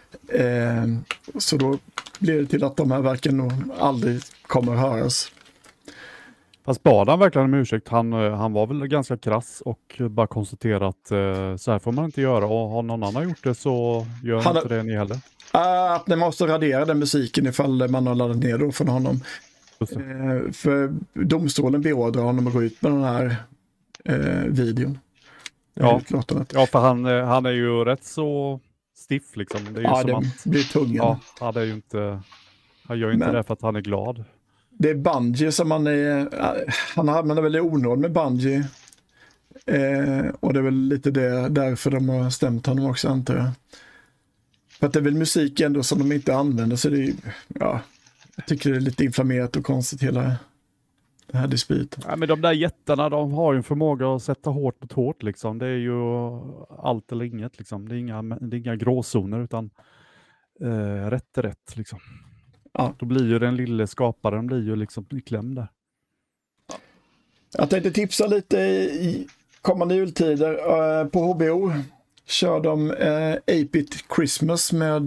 Så då blir det till att de här verken nog aldrig kommer att höras. Fast bad han verkligen om ursäkt? Han var väl ganska krass och bara konstaterat att så här får man inte göra, och har någon annan gjort det så gör inte det ni heller. Att ni måste radera den musiken ifall man har laddat ner då från honom. För domstolen beordrar honom att gå ut med den här videon. Ja, för han är ju rätt så stiff liksom. Det är ju som det att, blir tungan. Ja, han gör ju inte det för att han är glad. Det är Bungie som han använder väl onåd med Bungie. Och det är väl lite därför de har stämt honom också, antar jag. För att det är väl musik ändå som de inte använder, så det är, jag tycker det är lite inflammerat och konstigt hela den här dispyten. Ja, men de där jättarna, de har ju en förmåga att sätta hårt mot hårt liksom. Det är ju allt eller inget liksom. Det är inga gråzoner, utan rätt är rätt liksom. Ja. Då blir ju den lille skaparen blir ju liksom i kläm där. Jag tänkte tipsa lite i kommande jultider. På HBO kör de 8-Bit Christmas med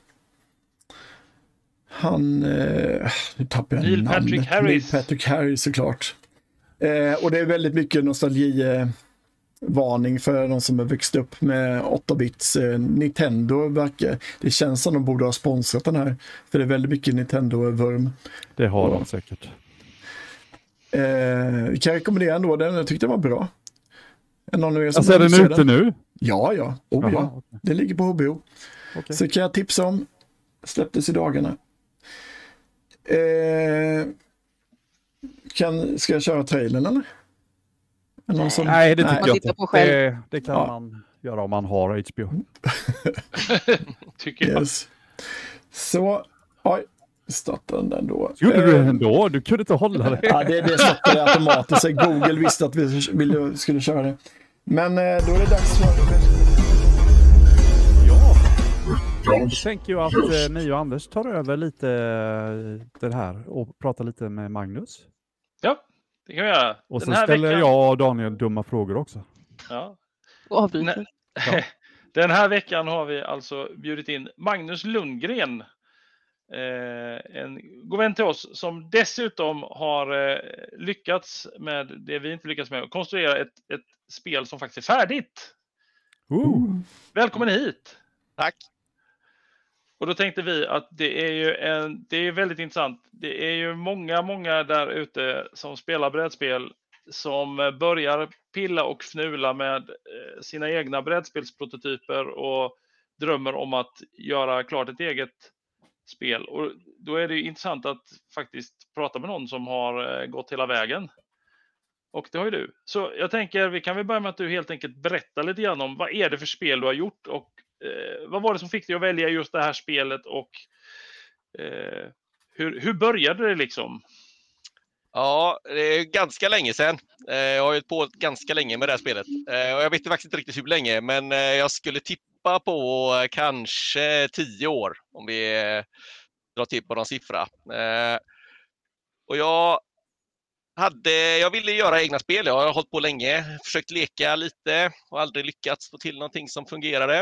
nu tappar jag Neil namnet. Patrick Harris. Neil Patrick Harris, såklart. Och det är väldigt mycket nostalgivarning för de som har växt upp med 8-bits. Nintendo det känns som de borde ha sponsrat den här, för det är väldigt mycket Nintendo-vurm. Det har de säkert. Vi kan rekommendera ändå den. Jag tyckte den var bra. Alltså är den ute nu? Ja. Okay. Det ligger på HBO. Okay. Så kan jag tipsa om. Släpptes i dagarna. Ska jag köra trailern eller? Nej, det tycker jag inte. På själv. Det kan man göra om man har HBO. Tycker jag. Yes. Så, startade den då. Gjorde du det ändå? Du kunde inte hålla det. Ja, det startade automatiskt. Google visste att vi skulle köra det. Men då är det dags för... Jag tänker ju att ni och Anders tar över lite det här och pratar lite med Magnus. Ja, det kan vi göra. Och sen ställer jag och Daniel dumma frågor också. Ja. Den här veckan har vi alltså bjudit in Magnus Lundgren. En god vän till oss som dessutom har lyckats med det vi inte lyckats med, att konstruera ett spel som faktiskt är färdigt. Välkommen hit! Tack! Och då tänkte vi att det är väldigt intressant. Det är ju många där ute som spelar brädspel som börjar pilla och fnula med sina egna brädspelsprototyper och drömmer om att göra klart ett eget spel. Och då är det ju intressant att faktiskt prata med någon som har gått hela vägen. Och det har ju du. Så jag tänker, vi kan väl börja med att du helt enkelt berättar lite grann om vad är det för spel du har gjort och vad var det som fick dig att välja just det här spelet och hur började det liksom? Ja, det är ganska länge sedan. Jag har ju på ganska länge med det här spelet. Och jag vet faktiskt inte riktigt hur länge, men jag skulle tippa på kanske 10 år om vi drar till på någon siffra. Och jag ville göra egna spel. Jag har hållit på länge, försökt leka lite och aldrig lyckats få till någonting som fungerade.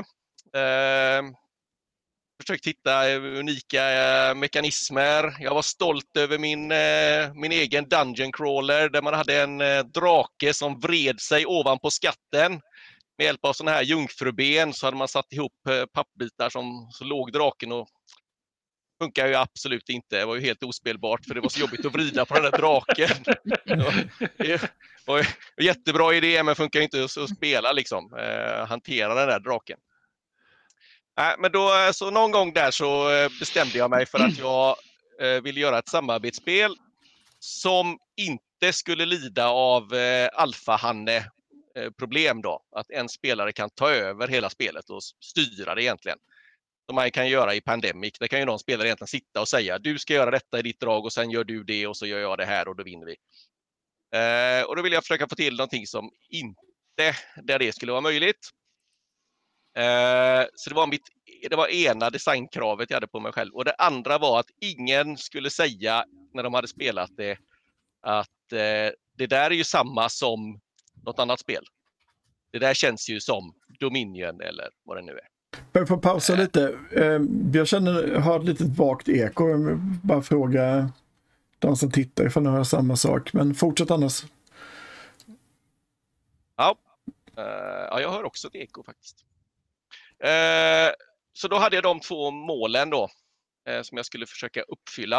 Försökt hitta unika mekanismer. Jag var stolt över min egen dungeon crawler där man hade en drake som vred sig ovanpå skatten. Med hjälp av sådana här jungfruben så hade man satt ihop pappbitar så låg draken och funkar ju absolut inte. Det var ju helt ospelbart för det var så jobbigt att vrida på den där draken. Det var jättebra idé men funkar inte att spela liksom. Hantera den där draken. Men då, så någon gång där så bestämde jag mig för att jag ville göra ett samarbetsspel som inte skulle lida av alfahanne-problem då. Att en spelare kan ta över hela spelet och styra det egentligen. Som man kan göra i Pandemic. Det kan ju någon spelare egentligen sitta och säga du ska göra detta i ditt drag och sen gör du det och så gör jag det här och då vinner vi. Och då vill jag försöka få till någonting som inte där det skulle vara möjligt. Så det var ena designkravet jag hade på mig själv. Och det andra var att ingen skulle säga när de hade spelat det att det där är ju samma som något annat spel. Det där känns ju som Dominion eller vad det nu är. Jag får pausa lite. Jag har ett litet vagt eko. Jag vill bara fråga de som tittar ifall de hör samma sak. Men fortsätt annars. Ja, jag hör också ett eko faktiskt. Så då hade jag de 2 målen då som jag skulle försöka uppfylla.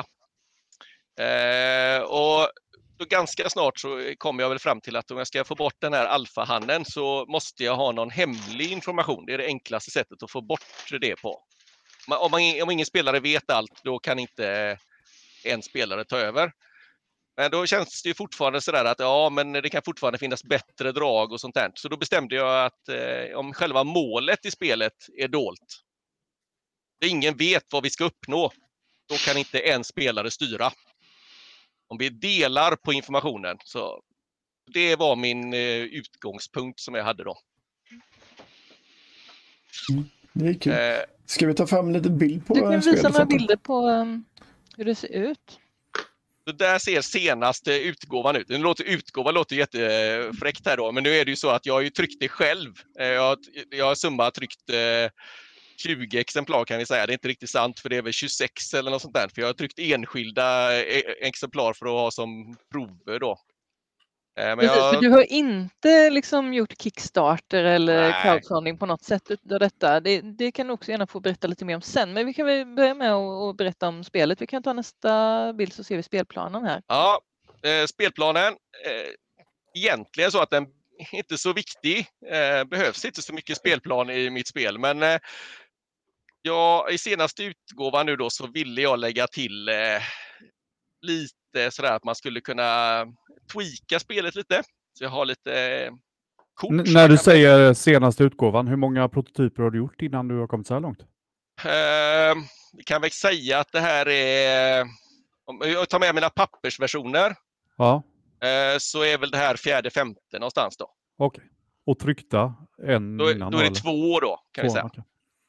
Och då ganska snart så kom jag väl fram till att om jag ska få bort den här alfahannen så måste jag ha någon hemlig information. Det är det enklaste sättet att få bort det på. Om ingen spelare vet allt, då kan inte en spelare ta över. Men då känns det ju fortfarande sådär att ja, men det kan fortfarande finnas bättre drag och sånt där. Så då bestämde jag att om själva målet i spelet är dolt, ingen vet vad vi ska uppnå, då kan inte en spelare styra. Om vi delar på informationen, så det var min utgångspunkt som jag hade då. Det är kul. Ska vi ta fram en liten bild på Du kan spelet? visa några bilder på hur det ser ut. Så där ser senaste utgåvan ut. Utgåvan låter jättefräckt här då, men nu är det ju så att jag har ju tryckt det själv. Jag har summa tryckt 20 exemplar kan vi säga. Det är inte riktigt sant, för det är väl 26 eller något sånt där. För jag har tryckt enskilda exemplar för att ha som prover då. Men För du har inte liksom gjort Kickstarter eller Nej. crowdfunding på något sätt utav detta. Det kan du också gärna få berätta lite mer om sen. Men vi kan väl börja med att berätta om spelet. Vi kan ta nästa bild så ser vi spelplanen här. Ja, spelplanen. Egentligen så att den inte är så viktig. Behövs inte så mycket spelplan i mitt spel. Men i senaste utgåvan nu då så ville jag lägga till lite sådär att man skulle kunna tweaka spelet lite. Så jag har lite kort. När du säger senaste utgåvan, hur många prototyper har du gjort innan du har kommit så här långt? Vi kan väl säga att det här är, om jag tar med mina pappersversioner, Ja, så är väl det här 4-5 någonstans då. okej. Och tryckta en Då innan? är det eller? 2 då, kan vi säga. Okej.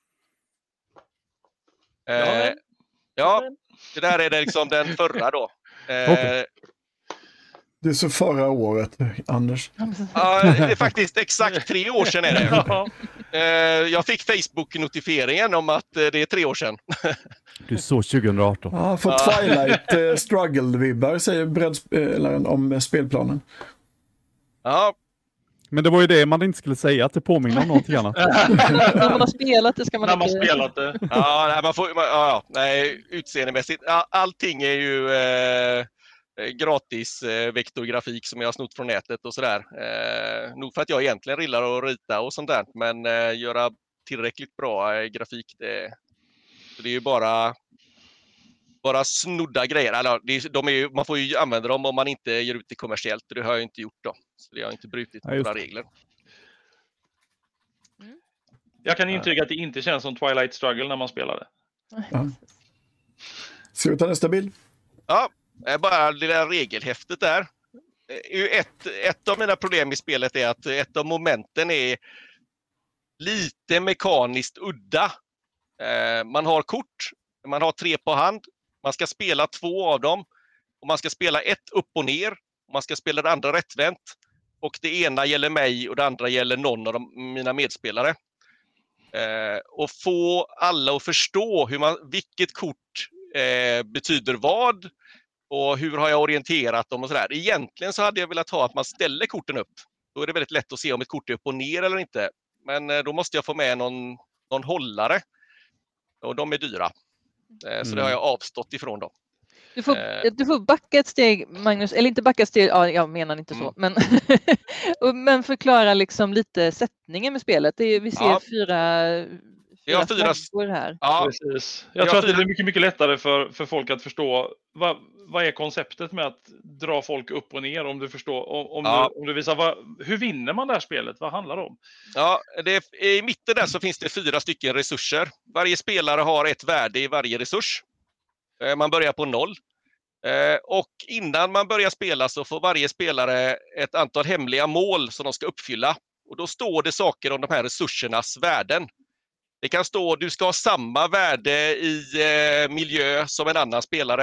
Ja, det där är det liksom den förra då. Okej. Det är så förra året, Anders. Ja, det är faktiskt exakt 3 år sedan är det. Ja. Jag fick Facebook-notifieringen om att det är 3 år sedan. Du är så 2018. Ja, för Twilight Struggle-vibbar säger brädspelaren om spelplanen. Ja, Men det var ju det man inte skulle säga, att det påminner om någonting annat. När man har spelat det ska man När man inte... spelat det. nej, utseendemässigt. Allting är ju gratis vektorgrafik som jag har snott från nätet och sådär. Nog för att jag egentligen gillar att rita och sånt där, men göra tillräckligt bra grafik, det är ju bara snodda grejer. Eller, man får ju använda dem om man inte ger ut det kommersiellt, och det har jag inte gjort då. Så det har inte brutit några regler. Jag kan intyga att det inte känns som Twilight Struggle när man spelar det. Ja. Ska vi ta nästa bild? Ja, bara det lilla regelhäftet där. Ett av mina problem i spelet är att ett av momenten är lite mekaniskt udda. Man har kort, man har 3 på hand, man ska spela 2 av dem, och man ska spela 1 upp och ner, och man ska spela det andra rättvänt, och det ena gäller mig och det andra gäller någon av mina medspelare. Och få alla att förstå vilket kort betyder vad och hur har jag orienterat dem och sådär. Egentligen så hade jag velat ha att man ställer korten upp. Då är det väldigt lätt att se om ett kort är upp och ner eller inte. Men då måste jag få med någon hållare, och de är dyra. Så det har jag avstått ifrån då. Du får backa ett steg, Magnus, eller inte backa ett steg, ja, jag menar inte så, men förklara liksom lite sättningen med spelet. Vi ser fyra flaggor här. Ja, precis. Jag tror att det blir mycket, mycket lättare för folk att förstå vad är konceptet med att dra folk upp och ner, om du förstår, om du visar hur vinner man det här spelet, vad handlar det om? Ja, i mitten där så finns det 4 stycken resurser. Varje spelare har ett värde i varje resurs. Man börjar på 0. Och innan man börjar spela så får varje spelare ett antal hemliga mål som de ska uppfylla. Och då står det saker om de här resursernas värden. Det kan stå att du ska ha samma värde i miljö som en annan spelare.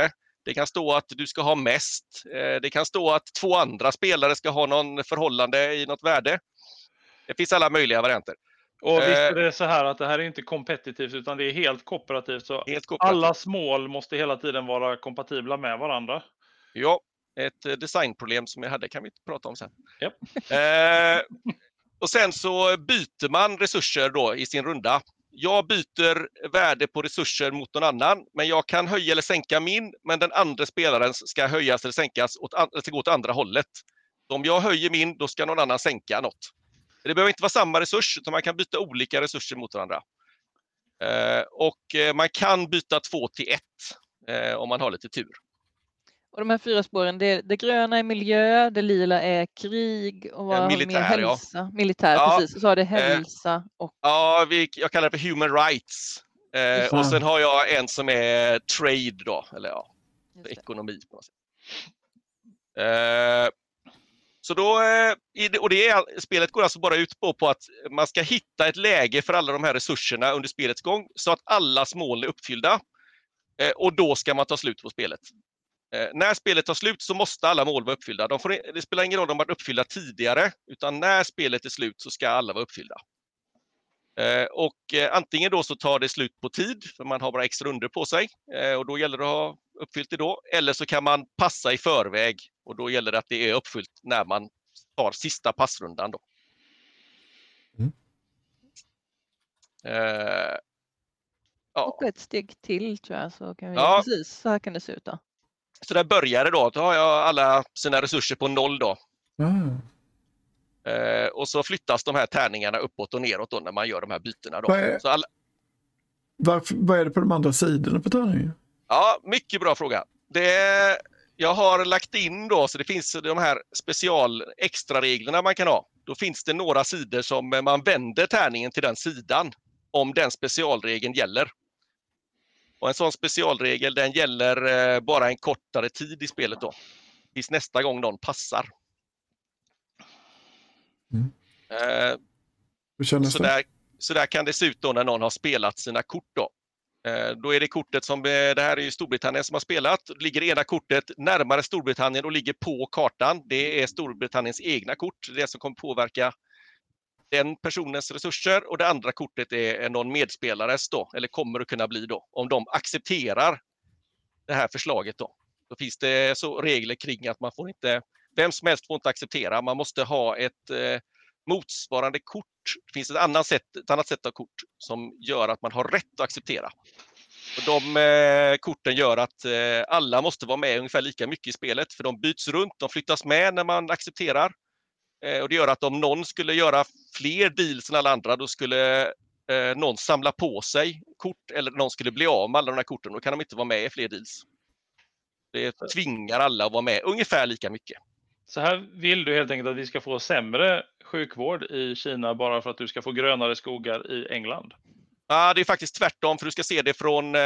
Det kan stå att du ska ha mest. Det kan stå att 2 andra spelare ska ha någon förhållande i något värde. Det finns alla möjliga varianter. Och visst är det så här att det här är inte kompetitivt utan det är helt kooperativt. Så Helt kooperativt. allas mål måste hela tiden vara kompatibla med varandra. Ja, ett designproblem som jag hade kan vi prata om sen. Japp. Och sen så byter man resurser då i sin runda. Jag byter värde på resurser mot någon annan, men jag kan höja eller sänka min, men den andra spelaren ska höjas eller sänkas ska gå åt andra hållet. Så om jag höjer min, då ska någon annan sänka något. Det behöver inte vara samma resurs, utan man kan byta olika resurser mot varandra. Och man kan byta 2 till 1 om man har lite tur. Och de här 4 spåren, det gröna är miljö, det lila är krig och vad Militär, mer? Hälsa. ja. Militär, Ja, precis. Och så har det hälsa och... Ja, jag kallar det för human rights. Och sen har jag en som är trade då, eller ja, ekonomi på något sätt. Så då, och spelet går alltså bara ut på att man ska hitta ett läge för alla de här resurserna under spelets gång så att allas mål är uppfyllda. Och då ska man ta slut på spelet. När spelet tar slut så måste alla mål vara uppfyllda. Det spelar ingen roll om de har varit uppfyllda tidigare, utan när spelet är slut så ska alla vara uppfyllda. Och antingen då så tar det slut på tid, för man har bara extra runder på sig, och då gäller det att ha uppfyllt det då. Eller så kan man passa i förväg, och då gäller det att det är uppfyllt när man tar sista passrundan då. Och ett steg till tror jag, så kan vi... Ja. Precis, så här kan det se ut då. Så där börjar det då. Då har jag alla sina resurser på 0 då. Och så flyttas de här tärningarna uppåt och neråt då när man gör de här bytena då. Vad är det på de andra sidorna på tärningen? Ja, mycket bra fråga. Jag har lagt in då, så det finns de här extra reglerna man kan ha. Då finns det några sidor som man vänder tärningen till den sidan om den specialregeln gäller. Och en sån specialregel, den gäller bara en kortare tid i spelet då. Tills nästa gång någon passar. Så där kan det se ut då när någon har spelat sina kort då. Då är det kortet som, det här är ju Storbritannien som har spelat. Ligger ena kortet närmare Storbritannien och ligger på kartan. Det är Storbritanniens egna kort. Det som kommer påverka den personens resurser, och det andra kortet är någon medspelares då, eller kommer att kunna bli då, om de accepterar det här förslaget då. Då finns det så regler kring att man får inte, vem som helst får inte acceptera, man måste ha ett motsvarande kort. Det finns ett annat sätt av kort som gör att man har rätt att acceptera. Och de korten gör att alla måste vara med ungefär lika mycket i spelet, för de byts runt, de flyttas med när man accepterar. Och det gör att om någon skulle göra fler deals än alla andra, då skulle någon samla på sig kort, eller någon skulle bli av med alla de här korten. Då kan de inte vara med i fler deals. Det tvingar alla att vara med ungefär lika mycket. Så här vill du helt enkelt att vi ska få sämre sjukvård i Kina bara för att du ska få grönare skogar i England? Ja, det är faktiskt tvärtom, för du ska se det från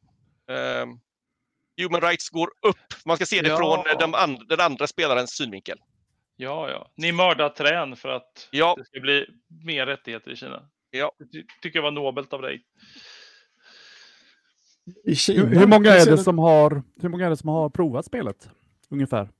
human rights går upp. Man ska se det från den andra spelarens synvinkel. Ja. Ni mördar trän för att det ska bli mer rättigheter i Kina. Ja. Det tycker jag var nobelt av dig. I Kina, hur många är det som har provat spelet ungefär?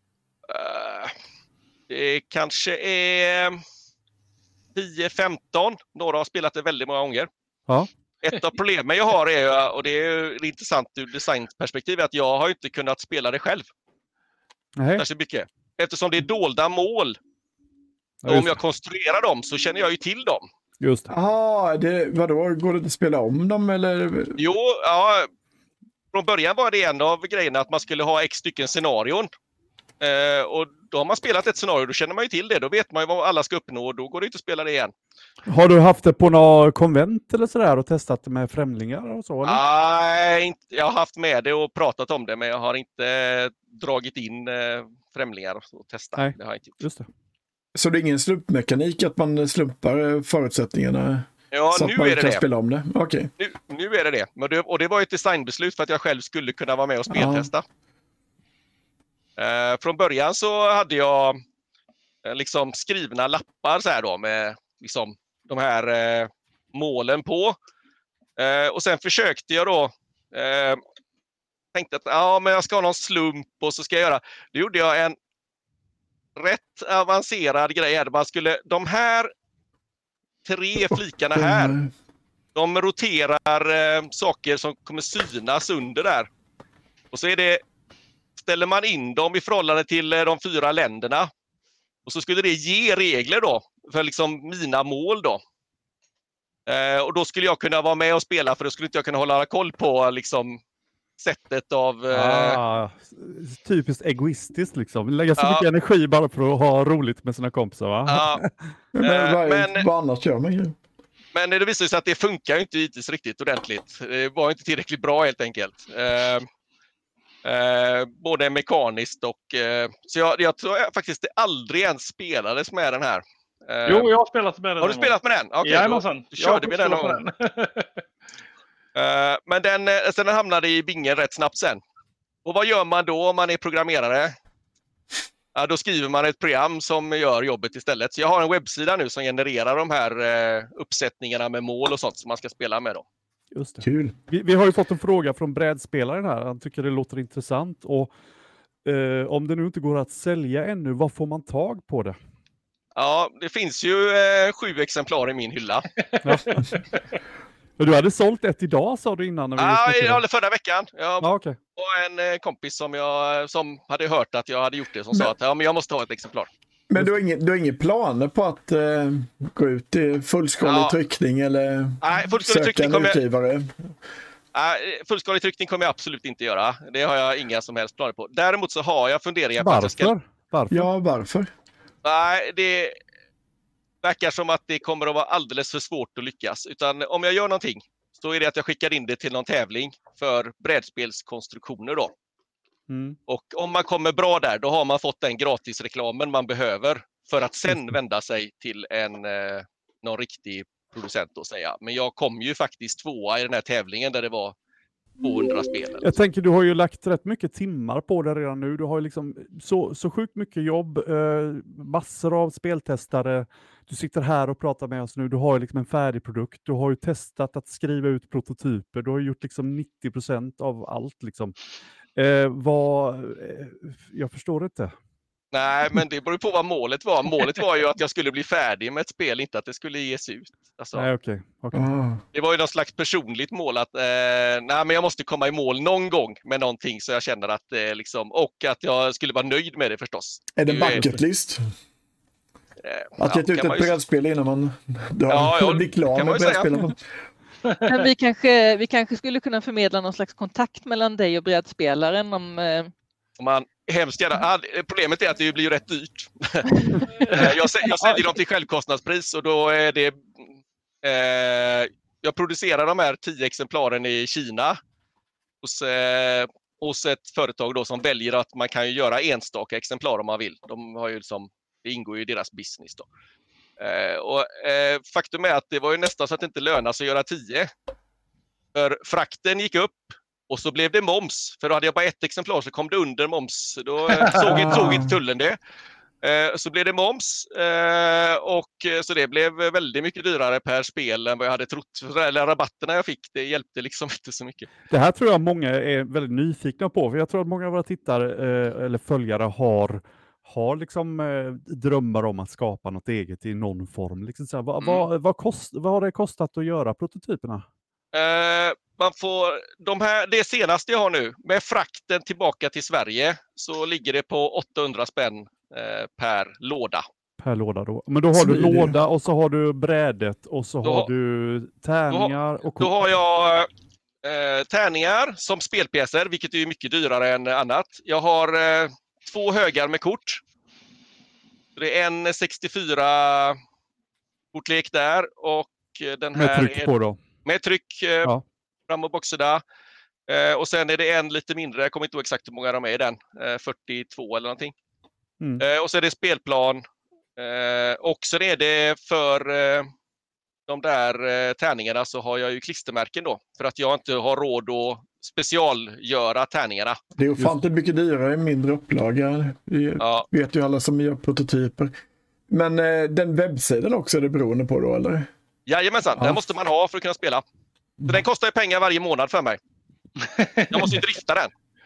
Det kanske är 10-15. Några har spelat det väldigt många gånger. Ja. Ett av problemen jag har är, och det är intressant ur designperspektiv, att jag har inte kunnat spela det själv. Nej. Särskilt mycket. Eftersom det är dolda mål. Och om jag konstruerar dem så känner jag ju till dem. Just det. Jaha, vadå? Går det inte att spela om dem eller? Jo, ja. Från början var det en av grejerna att man skulle ha x stycken scenarion. Och då har man spelat ett scenario, då känner man ju till det. Då vet man ju vad alla ska uppnå och då går det inte att spela det igen. Har du haft det på några konvent eller sådär och testat det med främlingar och så? Eller? Nej, jag har haft med det och pratat om det, men jag har inte dragit in främlingar och testat. Nej, det har jag inte gjort. Just det. Så det är ingen slumpmekanik att man slumpar förutsättningarna? Ja, så nu att man är det kan det. Spela om det? Okay. Nu är det det. Och det var ett designbeslut för att jag själv skulle kunna vara med och speltesta. Från början så hade jag liksom skrivna lappar så här då med liksom de här målen på. Och sen försökte jag då tänkte att men jag ska ha någon slump och så ska jag göra. Då gjorde jag en rätt avancerad grej här. De här 3 flikarna här, de roterar saker som kommer synas under där. Och så ställer man in dem i förhållande till de 4 länderna. Och så skulle det ge regler då för liksom mina mål då. Och då skulle jag kunna vara med och spela, för då skulle inte jag kunna hålla koll på liksom sättet av... typiskt egoistiskt liksom. Lägga så mycket energi bara för att ha roligt med sina kompisar, va? Men vad annars gör man ju? Men det visade sig att det funkar ju inte hittills riktigt ordentligt. Det var inte tillräckligt bra helt enkelt. Både mekaniskt och... så jag tror faktiskt det aldrig ens spelades med den här. Jo, jag har spelat med den. Har du spelat med den? Okej, jajamensan. då körde vi den någon gång. Men den hamnade i bingen rätt snabbt sen. Och vad gör man då om man är programmerare? Ja, då skriver man ett program som gör jobbet istället. Så jag har en webbsida nu som genererar de här uppsättningarna med mål och sånt som man ska spela med då. Just det. Kul. Vi har ju fått en fråga från brädspelaren här. Han tycker det låter intressant. Och om det nu inte går att sälja ännu, vad får man tag på det? Ja, det finns ju 7 exemplar i min hylla. Du hade sålt ett idag, sa du innan. Förra veckan. Okay. Och en kompis som hade hört att jag hade gjort det som sa att men jag måste ha ett exemplar. Men du har inga planer på att gå ut i fullskalig tryckning eller söka en utgivare? Fullskalig tryckning kommer jag absolut inte göra. Det har jag inga som helst planer på. Däremot så har jag funderingar på Varför? Ja, varför? Nej, det verkar som att det kommer att vara alldeles för svårt att lyckas. Utan om jag gör någonting så är det att jag skickar in det till någon tävling för brädspelskonstruktioner då. Mm. Och om man kommer bra där, då har man fått den gratisreklamen man behöver för att sen vända sig till någon riktig producent och säga. Men jag kom ju faktiskt 2:a i den här tävlingen där det var 200 spel. Jag tänker, du har ju lagt rätt mycket timmar på det redan nu. Du har ju liksom så sjukt mycket jobb, massor av speltestare. Du sitter här och pratar med oss nu. Du har ju liksom en färdig produkt. Du har ju testat att skriva ut prototyper. Du har gjort liksom 90% av allt liksom. Jag förstår inte. Nej, men det beror på vad målet var. Målet var ju att jag skulle bli färdig med ett spel, inte att det skulle ges ut. Alltså, nej, okay. Det var ju någon slags personligt mål att men jag måste komma i mål någon gång med någonting så jag känner att och att jag skulle vara nöjd med det förstås. Är det bucket list? Att ge ut ett brädspel innan man blir klar med brädspelet. Men vi kanske skulle kunna förmedla någon slags kontakt mellan dig och brädspelaren om man hemskt gärna. Problemet är att det blir rätt dyrt. jag säljer dem till självkostnadspris och då är det jag producerar de här 10 exemplaren i Kina hos ett företag då som väljer att man kan ju göra enstaka exemplar om man vill. De har ju det ingår ju i deras business då. Faktum är att det var ju nästan så att det inte lönar sig att göra 10. För frakten gick upp. Och så blev det moms, för då hade jag bara ett exemplar så kom det under moms. Då såg inte tullen det. Så blev det moms och så det blev väldigt mycket dyrare per spel än vad jag hade trott. Eller rabatterna jag fick, det hjälpte liksom inte så mycket. Det här tror jag många är väldigt nyfikna på. För jag tror att många av våra tittare eller följare har liksom drömmar om att skapa något eget i någon form. Liksom så här, vad har det kostat att göra prototyperna? Man får det senaste jag har nu med frakten tillbaka till Sverige så ligger det på 800 spänn per låda. Per låda då. Men då har du låda och så har du brädet och så har du tärningar och kort. Då har jag tärningar som spelpjäser, vilket är mycket dyrare än annat. Jag har 2 högar med kort. Det är en 64 kortlek där och den här med tryck på då. Med tryck fram och baksida. Och sen är det en lite mindre, jag kommer inte ihåg exakt hur många de är i den. 42 eller någonting. Och så är det spelplan. Och så är det för de där tärningarna så har jag ju klistermärken då. För att jag inte har råd att specialgöra tärningarna. Det är ofantligt mycket dyrare i mindre upplaga. Vi vet ju alla som gör prototyper. Men den webbsidan också är det beroende på då, eller? Jajamensan, den måste man ha för att kunna spela. För den kostar ju pengar varje månad för mig. Jag måste ju drifta den.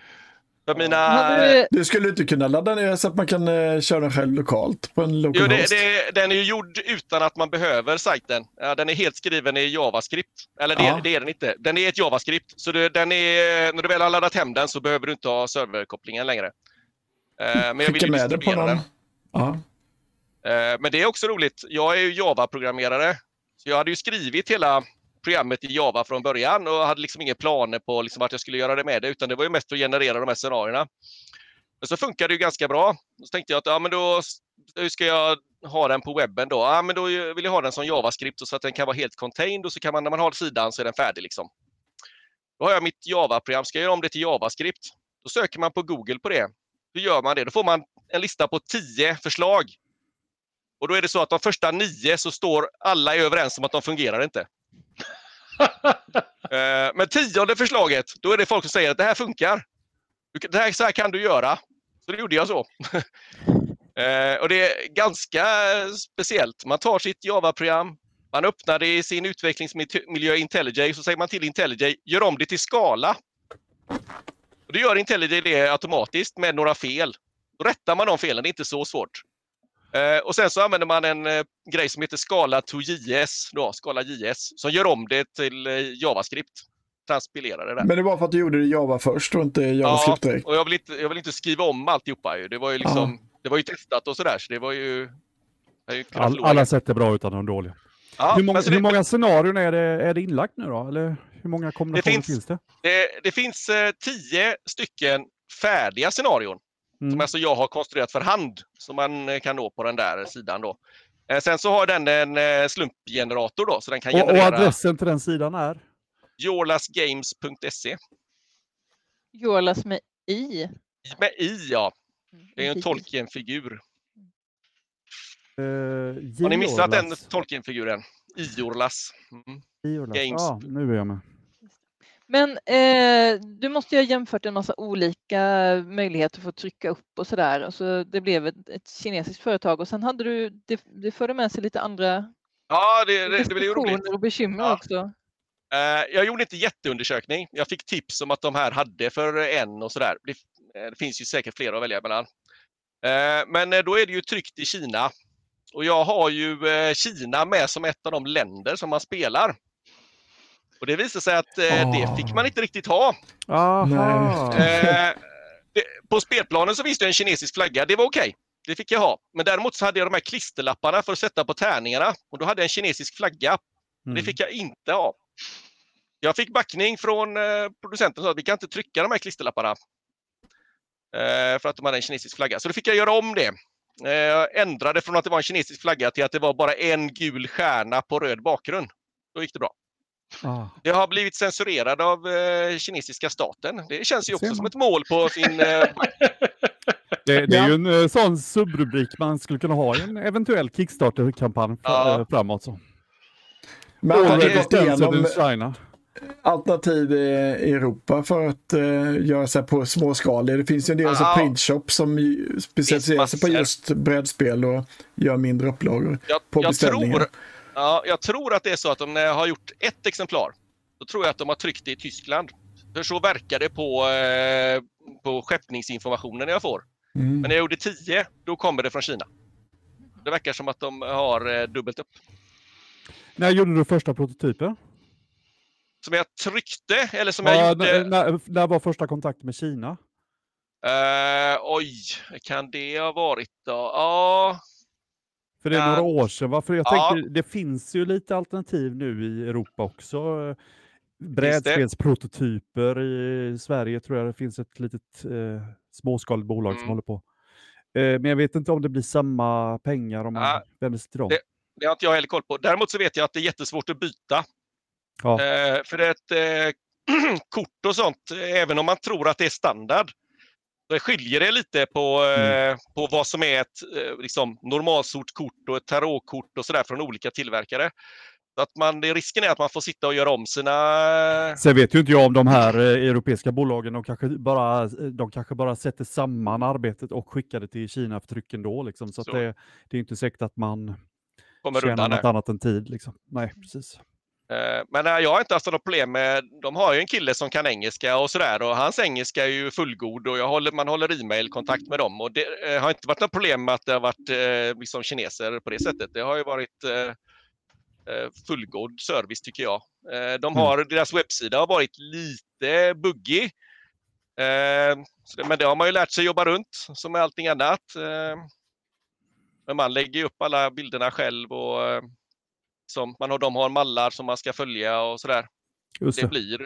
För mina... Du skulle inte kunna ladda ner så att man kan köra den själv lokalt på en Jo, localhost? den är ju gjord utan att man behöver sajten. Ja, den är helt skriven i JavaScript. Eller det är den inte. Den är ett JavaScript. Så den är, när du väl har laddat hem den så behöver du inte ha serverkopplingen längre. Men jag vill ju med det på distribuera någon. den. Ja. Men det är också roligt. Jag är ju Java-programmerare. Så jag hade ju skrivit hela programmet i Java från början och hade liksom inga planer på liksom att jag skulle göra det med det, utan det var ju mest att generera de här scenarierna. Men så funkar det ju ganska bra. Så tänkte jag att men då, hur ska jag ha den på webben då? Men då vill jag ha den som JavaScript så att den kan vara helt contained och så kan man, när man har sidan så är den färdig liksom. Då har jag mitt Java-program. Ska jag göra om det till JavaScript? Då söker man på Google på det. Då gör man det. Då får man en lista på 10 förslag. Och då är det så att de första 9 så står alla överens om att de fungerar inte. Men 10:e förslaget, då är det folk som säger att det här funkar. Så här kan du göra. Så det gjorde jag så. Och det är ganska speciellt. Man tar sitt Java-program, man öppnar det i sin utvecklingsmiljö IntelliJ, så säger man till IntelliJ, gör om det till skala. Och det gör IntelliJ det automatiskt med några fel. Då rättar man de felen, det är inte så svårt. Och sen så använder man en grej som heter Scala to JS, Scala JS, som gör om det till JavaScript. Transpilerar det där. Men det var för att du gjorde det i Java först och inte JavaScript direkt? Och jag vill inte skriva om alltihopa. Det var ju liksom, det var ju testat och sådär, så det var ju... Alla sätt är bra utan de dåliga. Ja, hur många scenarion är det inlagt nu då? Eller hur många kombinationer finns det? Det finns 10 stycken färdiga scenarion. Som alltså jag har konstruerat för hand. Som man kan nå på den där sidan då. Sen så har den en slumpgenerator då. Så den kan generera... Och adressen till den sidan är? Jorlasgames.se. Jorlas med i? Med i, ja. Det är en Tolkien-figur. Har ni missat den Tolkien-figuren? Iorlas. Games. Ja, nu är jag med. Men du måste ju ha jämfört en massa olika möjligheter för att trycka upp och sådär. Alltså, det blev ett kinesiskt företag och sen hade du, det förde med sig lite andra det blev ju roligt. och bekymmer också. Jag gjorde inte jätteundersökning. Jag fick tips om att de här hade för en och sådär. Det finns ju säkert flera att välja mellan. Men då är det ju tryckt i Kina. Och jag har ju Kina med som ett av de länder som man spelar. Och det visar sig att det fick man inte riktigt ha. På spelplanen så finns det en kinesisk flagga. Det var okej. Det fick jag ha. Men däremot så hade jag de här klisterlapparna för att sätta på tärningarna. Och då hade jag en kinesisk flagga. Det fick jag inte ha. Jag fick backning från producenten som sa att vi kan inte trycka de här klisterlapparna. För att de hade en kinesisk flagga. Så då fick jag göra om det. Jag ändrade från att det var en kinesisk flagga till att det var bara en gul stjärna på röd bakgrund. Då gick det bra. Det har blivit censurerad av kinesiska staten. Det känns ju också som ett mål på sin... Det är ju en sån subrubrik man skulle kunna ha i en eventuell Kickstarter-kampanj framåt. Så. Men China. Alternativ i Europa för att göra sig på småskalig. Det finns ju en del printshop som specialiserar sig på just brädspel och gör mindre upplagor på beställningar. Jag tror att det är så att de har gjort ett exemplar. Då tror jag att de har tryckt det i Tyskland. För så verkar det på skeppningsinformationen jag får. Men när jag gjorde 10, då kommer det från Kina. Det verkar som att de har dubbelt upp. När gjorde du första prototypen? Som jag tryckte, eller som jag gjorde... När var första kontakt med Kina? Kan det ha varit då? Ja... För det är några år sedan, va? För jag tänker, det finns ju lite alternativ nu i Europa också. Brädspelsprototyper i Sverige tror jag det finns ett litet småskaligt bolag som håller på. Men jag vet inte om det blir samma pengar om man vänder sig till dem. Det har inte jag heller koll på. Däremot så vet jag att det är jättesvårt att byta. Ja. För det är ett kort och sånt, även om man tror att det är standard. Det skiljer det lite på vad som är ett liksom, normalsortkort och ett tarotkort och sådär från olika tillverkare. Så att risken är att man får sitta och göra om sina... Sen vet ju inte jag om de här europeiska bolagen, de kanske bara sätter samman arbetet och skickar det till Kina för tryck ändå. Liksom. Så att det är inte säkert att man tjänar något annat än tid. Liksom. Nej, precis. Men jag har inte haft något problem med, de har ju en kille som kan engelska och sådär och hans engelska är ju fullgod och man håller e-mail-kontakt med dem och det har inte varit något problem med att det har varit liksom kineser på det sättet. Det har ju varit fullgod service tycker jag. Deras webbsida har varit lite buggig. Men det har man ju lärt sig jobba runt som med allting annat. Men man lägger ju upp alla bilderna själv och de har mallar som man ska följa och sådär. Det blir.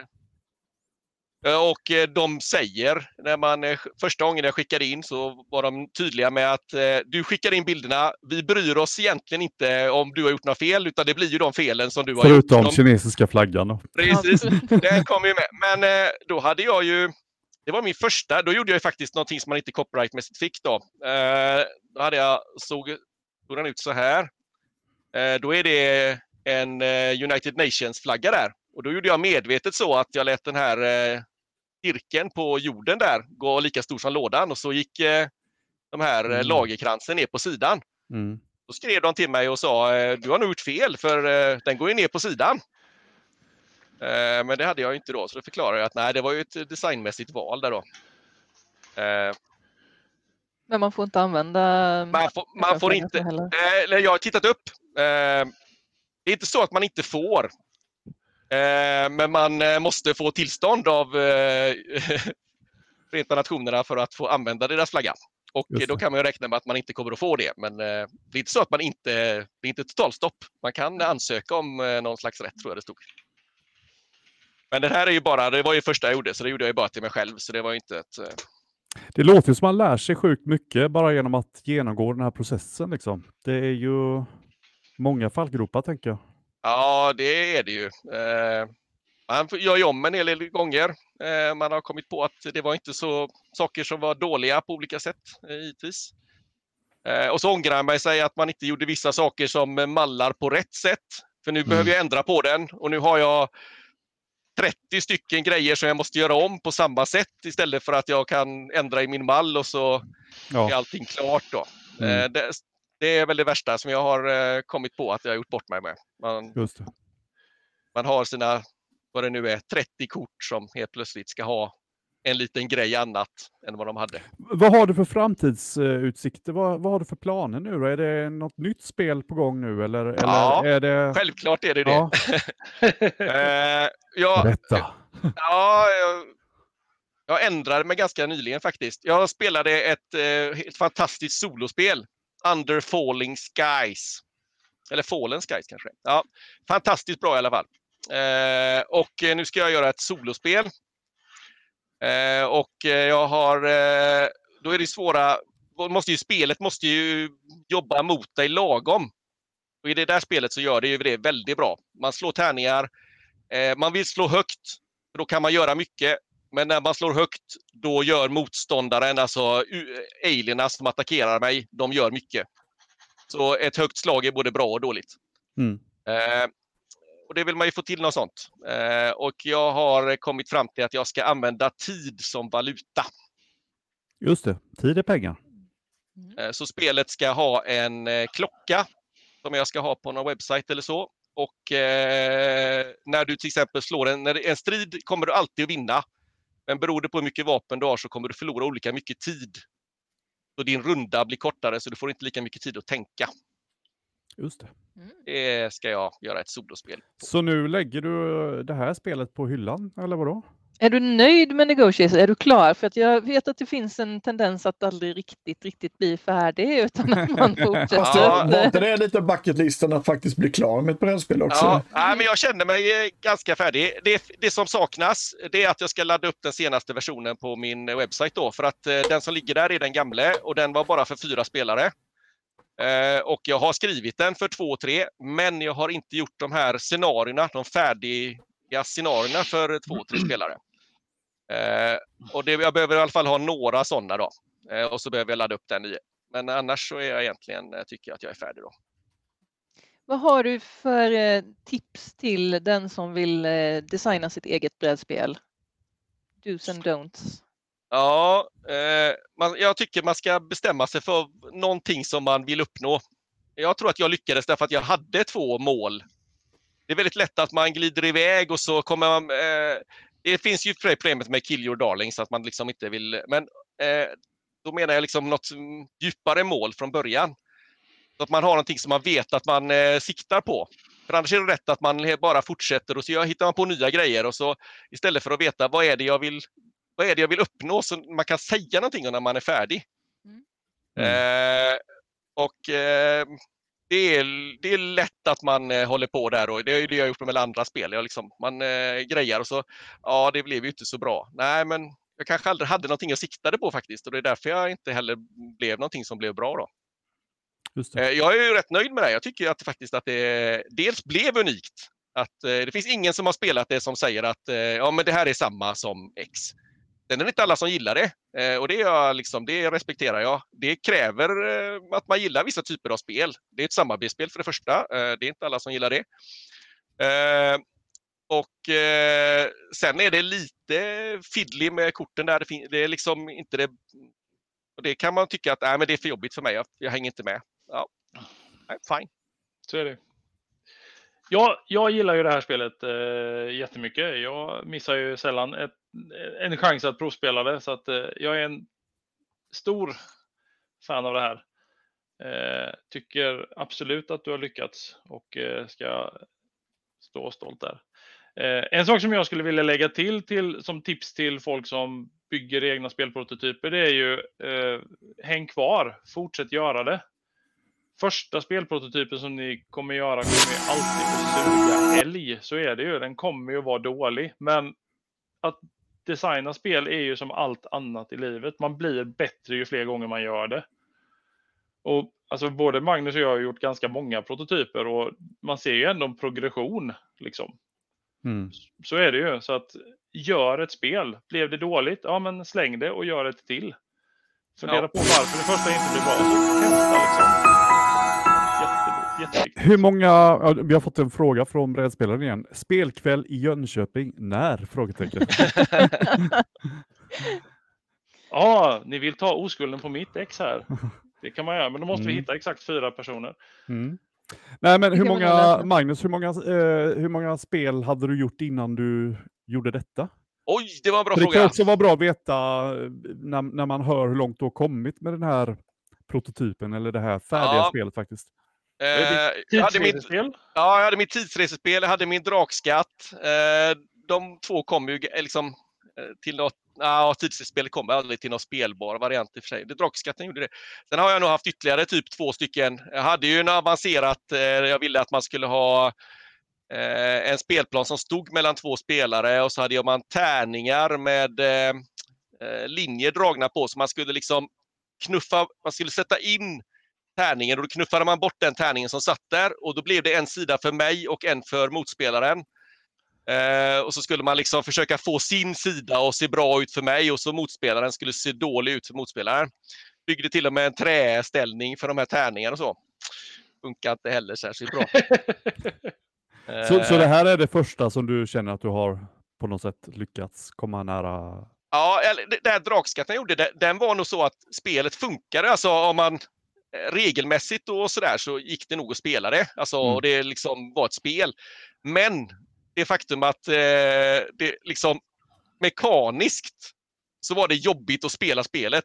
Och de säger, första gången jag skickade in så var de tydliga med att du skickar in bilderna, vi bryr oss egentligen inte om du har gjort något fel, utan det blir ju de felen som du har gjort. Förutom kinesiska flaggan då. Precis, den kom ju med. Men då hade jag ju, det var min första, då gjorde jag ju faktiskt någonting som man inte copyrightmässigt fick då. Då hade jag, såg den ut så här. Då är det en United Nations-flagga där. Och då gjorde jag medvetet så att jag lät den här cirkeln på jorden där gå lika stor som lådan. Och så gick de här lagerkransen ner på sidan. Mm. Då skrev de till mig och sa, du har nog gjort fel för den går ju ner på sidan. Men det hade jag inte då, så då förklarade jag att nej, det var ju ett designmässigt val där då. Men man får inte använda... Man får inte... jag har tittat upp. Det är inte så att man inte får. Men man måste få tillstånd av Förenta Nationerna för att få använda deras flagga. Och då kan man ju räkna med att man inte kommer att få det. Men det är inte så att det är inte totalstopp. Man kan ansöka om någon slags rätt, tror jag det stod. Men det här är ju bara, det var ju första jag gjorde, så det gjorde jag ju bara till mig själv. Så det var ju inte ett... Det låter som man lär sig sjukt mycket bara genom att genomgå den här processen liksom. Det är ju många fallgropar, tänker jag. Ja, det är det ju. Man gör ju om en hel del gånger. Man har kommit på att det var inte så saker som var dåliga på olika sätt, givetvis. Och så ångrar man sig att man inte gjorde vissa saker som mallar på rätt sätt. För nu behöver jag ändra på den och nu har jag 30 stycken grejer som jag måste göra om på samma sätt istället för att jag kan ändra i min mall och så är allting klart då. Det är väl det värsta som jag har kommit på att jag har gjort bort mig med. Man har sina, vad det nu är, 30 kort som helt plötsligt ska ha en liten grej annat än vad de hade. Vad har du för framtidsutsikter? Vad har du för planer nu då? Är det något nytt spel på gång nu? Eller är det... Självklart är det det. Jag ändrade mig ganska nyligen faktiskt. Jag spelade ett fantastiskt solospel. Under Falling Skies. Eller Fallen Skies kanske. Ja, fantastiskt bra i alla fall. Och nu ska jag göra ett solospel. Och jag har... Då är det svåra... Spelet måste ju jobba mot dig lagom. Och i det där spelet så gör det ju det väldigt bra. Man slår tärningar. Man vill slå högt. Då kan man göra mycket. Men när man slår högt, då gör motståndaren, alltså alierna som attackerar mig, de gör mycket. Så ett högt slag är både bra och dåligt. Och det vill man ju få till något sånt. Och jag har kommit fram till att jag ska använda tid som valuta. Just det, tid är pengar. Så spelet ska ha en klocka som jag ska ha på någon webbsite eller så. Och när du till exempel slår en strid kommer du alltid att vinna. Men beror det på hur mycket vapen du har så kommer du förlora olika mycket tid. Så din runda blir kortare så du får inte lika mycket tid att tänka. Just det. Det ska jag göra ett solospel på. Så nu lägger du det här spelet på hyllan, eller vadå? Är du nöjd med Negotiator? Är du klar? För att jag vet att det finns en tendens att aldrig riktigt bli färdig utan att man fortsätter. Var inte det lite bucketlistan att faktiskt bli klar med ett brädspel också? Ja, men jag känner mig ganska färdig. Det som saknas det är att jag ska ladda upp den senaste versionen på min webbsite då. För att den som ligger där är den gamla och den var bara för 4 spelare. Och jag har skrivit den för 2 och 3, men jag har inte gjort de här scenarierna, de färdiga scenarierna för 2 och 3 spelare. Och jag behöver i alla fall ha några sådana då. Och så behöver jag ladda upp den nya. Men annars så är jag egentligen, tycker jag att jag är färdig då. Vad har du för tips till den som vill designa sitt eget brädspel? Do's and don'ts. Ja, jag tycker man ska bestämma sig för någonting som man vill uppnå. Jag tror att jag lyckades därför att jag hade 2 mål det är väldigt lätt att man glider iväg och så kommer man... det finns ju problemet med kill your darlings, att man liksom inte vill... Men då menar jag liksom något djupare mål från början. Så att man har någonting som man vet att man siktar på. För annars är det rätt att man bara fortsätter och så hittar man på nya grejer och så istället för att veta vad är det jag vill uppnå, så man kan säga någonting när man är färdig. Det är lätt att man håller på där, och det är det jag har gjort med andra spel. Man grejar och så, ja, det blev ju inte så bra. Nej, men jag kanske aldrig hade någonting jag siktade på faktiskt, och det är därför jag inte heller blev någonting som blev bra då. Just det. Jag är ju rätt nöjd med det. Jag tycker att det dels blev unikt. Att det finns ingen som har spelat det som säger att ja, men det här är samma som X. Sen är det inte alla som gillar det. Och det respekterar jag. Det kräver att man gillar vissa typer av spel. Det är ett samarbetsspel för det första. Det är inte alla som gillar det. Sen är det lite fiddly med korten där. Det är liksom inte det. Och det kan man tycka att men det är för jobbigt för mig. Jag hänger inte med. Ja, fine. Så är det. Jag gillar ju det här spelet jättemycket. Jag missar ju sällan en chans att provspela det. Så att jag är en stor fan av det här. Tycker absolut att du har lyckats och ska stå stolt där. En sak som jag skulle vilja lägga till som tips till folk som bygger egna spelprototyper, det är ju häng kvar, fortsätt göra det. Första spelprototypen som ni kommer göra kommer ju alltid att suga älg, så är det ju. Den kommer ju vara dålig, men att designa spel är ju som allt annat i livet. Man blir bättre ju fler gånger man gör det. Och alltså både Magnus och jag har gjort ganska många prototyper och man ser ju ändå en progression liksom. Så är det ju. Så att gör ett spel. Blev det dåligt? Ja, men släng det och gör ett till. Fundera på varför det första inte blir bra. Så testa liksom. Jätteviktigt. Hur många, vi har fått en fråga från brädspelaren igen. Spelkväll i Jönköping, när? Frågetecken. Ja, ni vill ta oskulden på mitt ex här. Det kan man göra, men då måste vi hitta exakt 4 personer. Nej, men hur många spel hade du gjort innan du gjorde detta? Oj, det var en bra För fråga. Det kan också vara bra att veta när man hör hur långt du har kommit med den här prototypen eller det här färdiga spelet faktiskt. Jag hade mitt tidsresespel, jag hade min drakskatt. De två kom ju liksom till något. Tidsrespelet kom aldrig till någon spelbar variant i och för sig. Drakskatten gjorde det. Sen har jag nog haft ytterligare typ 2 stycken. Jag hade ju en avancerat, jag ville att man skulle ha en spelplan som stod mellan 2 spelare, och så hade man tärningar med linjer dragna på, så man skulle liksom man skulle sätta in tärningen, och då knuffade man bort den tärningen som satt där, och då blev det en sida för mig och en för motspelaren. Och så skulle man liksom försöka få sin sida att se bra ut för mig, och så motspelaren skulle se dålig ut för motspelaren. Byggde till och med en träställning för de här tärningarna och så. Funkar inte heller särskilt bra. Så det här är det första som du känner att du har på något sätt lyckats komma nära? Ja, det här drakskatten gjorde, den var nog så att spelet funkade. Alltså om man regelmässigt och sådär så gick det nog att spela det. Alltså och det liksom var ett spel. Men det faktum att det liksom mekaniskt så var det jobbigt att spela spelet.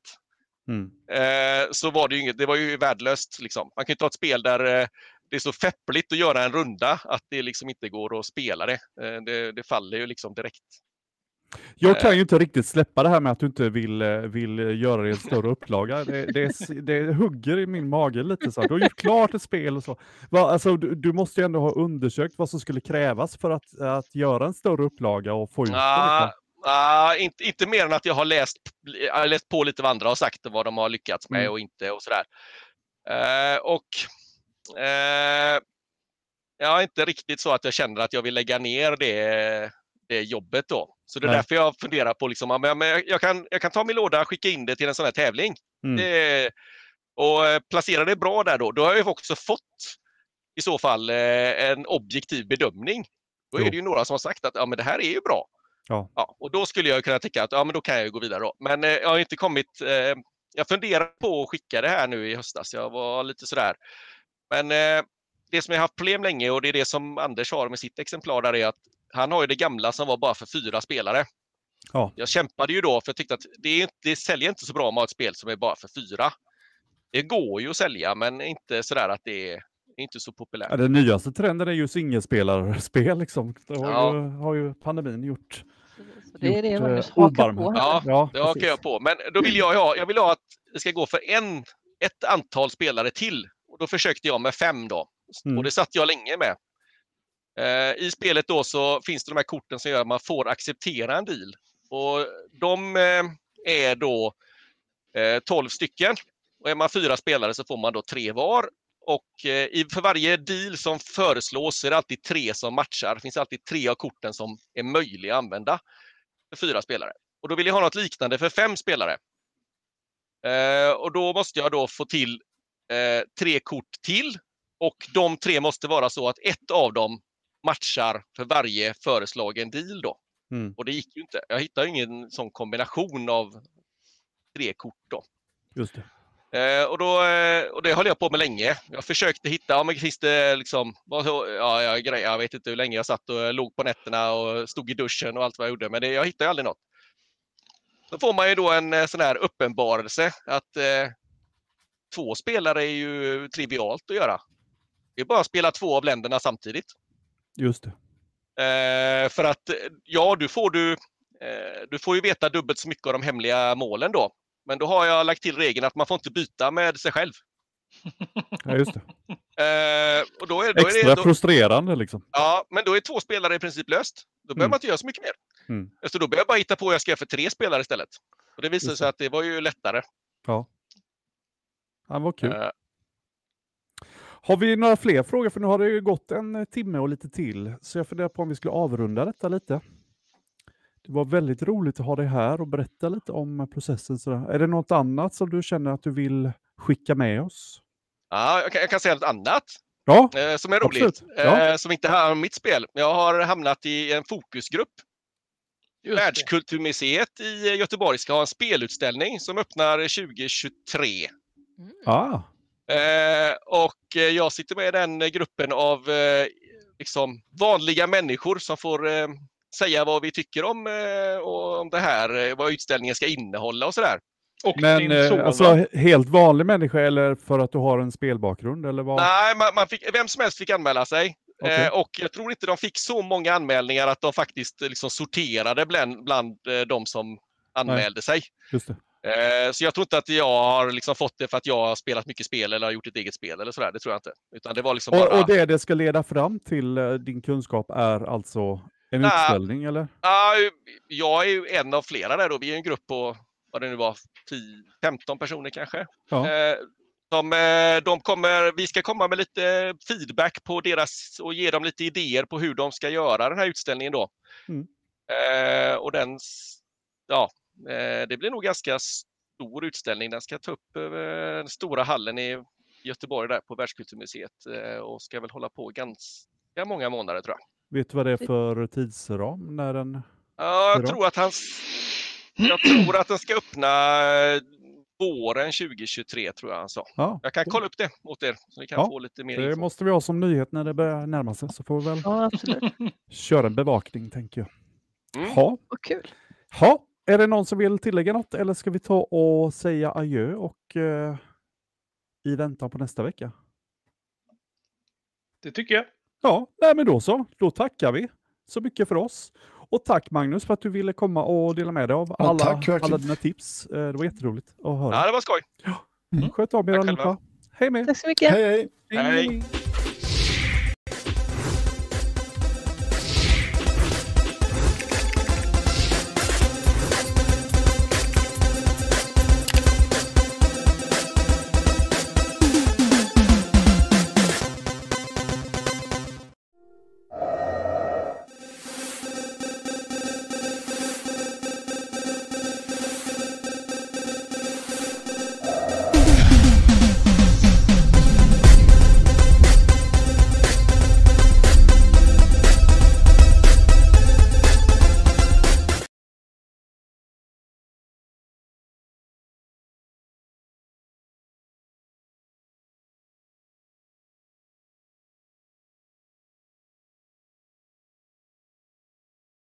Så var det ju inget, det var ju värdelöst liksom. Man kan ju ta ett spel där det är så feppligt att göra en runda att det liksom inte går att spela det. Det faller ju liksom direkt. Jag kan ju inte riktigt släppa det här med att du inte vill göra det i en större upplaga. Det hugger i min mage lite så. Du har gjort klart ett spel och så. Alltså, du måste ju ändå ha undersökt vad som skulle krävas för att göra en större upplaga och få ut det. Inte mer än att jag har läst på lite vad andra har sagt och vad de har lyckats med och inte och sådär. Jag är inte riktigt så att jag känner att jag vill lägga ner det jobbet då. Så det är därför jag funderar på liksom, jag kan ta min låda och skicka in det till en sån här tävling. Och placera det bra där då har jag också fått i så fall en objektiv bedömning. Då är det ju några som har sagt att men det här är ju bra. Ja, och då skulle jag kunna tänka att men då kan jag ju gå vidare då. Men jag har inte kommit. Jag funderar på att skicka det här nu i höstas. Jag var lite sådär. Men det som jag har haft problem länge, och det är det som Anders har med sitt exemplar där, är att han har ju det gamla som var bara för 4 spelare. Ja. Jag kämpade ju då för jag tyckte att det säljer inte så bra om man har ett spel som är bara för 4. Det går ju att sälja, men inte sådär att det är inte så populärt. Ja, den nyaste trenden är ju singelspel liksom. Det har ju pandemin gjort. Så det är det Magnus hakar på. Ja, det hakar jag på. Men då vill jag vill ha att det ska gå för ett antal spelare till. Och då försökte jag med 5 då. Och det satt jag länge med. I spelet då så finns det de här korten som gör att man får acceptera en deal. Och de är då 12 stycken. Och är man 4 spelare så får man då 3 var. Och för varje deal som föreslås så är det alltid 3 som matchar. Det finns alltid 3 av korten som är möjliga att använda för 4 spelare. Och då vill jag ha något liknande för 5 spelare. Och då måste jag då få till 3 kort till. Och de 3 måste vara så att ett av dem matchar för varje föreslagen deal då. Och det gick ju inte. Jag hittade ingen sån kombination av 3 kort då. Just det. Och det höll jag på med länge. Jag försökte hitta, men finns det liksom, jag vet inte hur länge jag satt och låg på nätterna och stod i duschen och allt vad jag gjorde, men jag hittade aldrig något. Då får man ju då en sån här uppenbarelse att 2 spelare är ju trivialt att göra. Det är bara att spela 2 av länderna samtidigt. Just det. För att du får ju veta dubbelt så mycket av de hemliga målen då. Men då har jag lagt till regeln att man får inte byta med sig själv. Ja, just det. Och då är extra frustrerande liksom. Ja, men då är 2 spelare i princip löst. Då behöver man inte göra så mycket mer. Så då behöver jag bara hitta på att jag ska göra för 3 spelare istället. Och det visade sig att det var ju lättare. Ja. Ja, vad kul. Har vi några fler frågor? För nu har det ju gått en timme och lite till. Så jag funderar på om vi skulle avrunda detta lite. Det var väldigt roligt att ha dig här och berätta lite om processen. Är det något annat som du känner att du vill skicka med oss? Ja, jag kan säga något annat som är roligt. Som inte har mitt spel. Jag har hamnat i en fokusgrupp. Världskulturmuseet i Göteborg ska ha en spelutställning som öppnar 2023. Och jag sitter med i den gruppen av liksom vanliga människor som får säga vad vi tycker om det här, vad utställningen ska innehålla och sådär. Men alltså helt vanlig människa eller för att du har en spelbakgrund? Eller vad? Nej, vem som helst fick anmäla sig. Okay. Och jag tror inte de fick så många anmälningar att de faktiskt liksom sorterade bland de som anmälde sig. Just det. Så jag tror inte att jag har liksom fått det för att jag har spelat mycket spel eller har gjort ett eget spel eller sådär. Det tror jag inte. Utan det var liksom bara... Och det ska leda fram till din kunskap är alltså en utställning eller? Jag är ju en av flera där då. Vi är en grupp på, vad det nu var, 10-15 personer kanske. Ja. Vi ska komma med lite feedback på deras och ge dem lite idéer på hur de ska göra den här utställningen då. Och det blir nog ganska stor utställning. Den ska ta upp den stora hallen i Göteborg där på Världskulturmuseet och ska väl hålla på ganska många månader tror jag. Vet du vad det är för tidsram när den... Jag tror att den ska öppna våren 2023 tror jag han sa. Ja. Jag kan kolla upp det åt er så ni kan få lite mer info. Det måste vi ha som nyhet när det börjar närma sig så får vi väl köra en bevakning tänker jag. Vad kul. Är det någon som vill tillägga något eller ska vi ta och säga adjö och i väntan på nästa vecka? Det tycker jag. Ja, men då så. Då tackar vi så mycket för oss. Och tack Magnus för att du ville komma och dela med dig av alla dina tips. Det var jätteroligt att höra. Ja, det var skoj. Sköt om er allihopa. Hej med. Tack så mycket. Hej. Hej.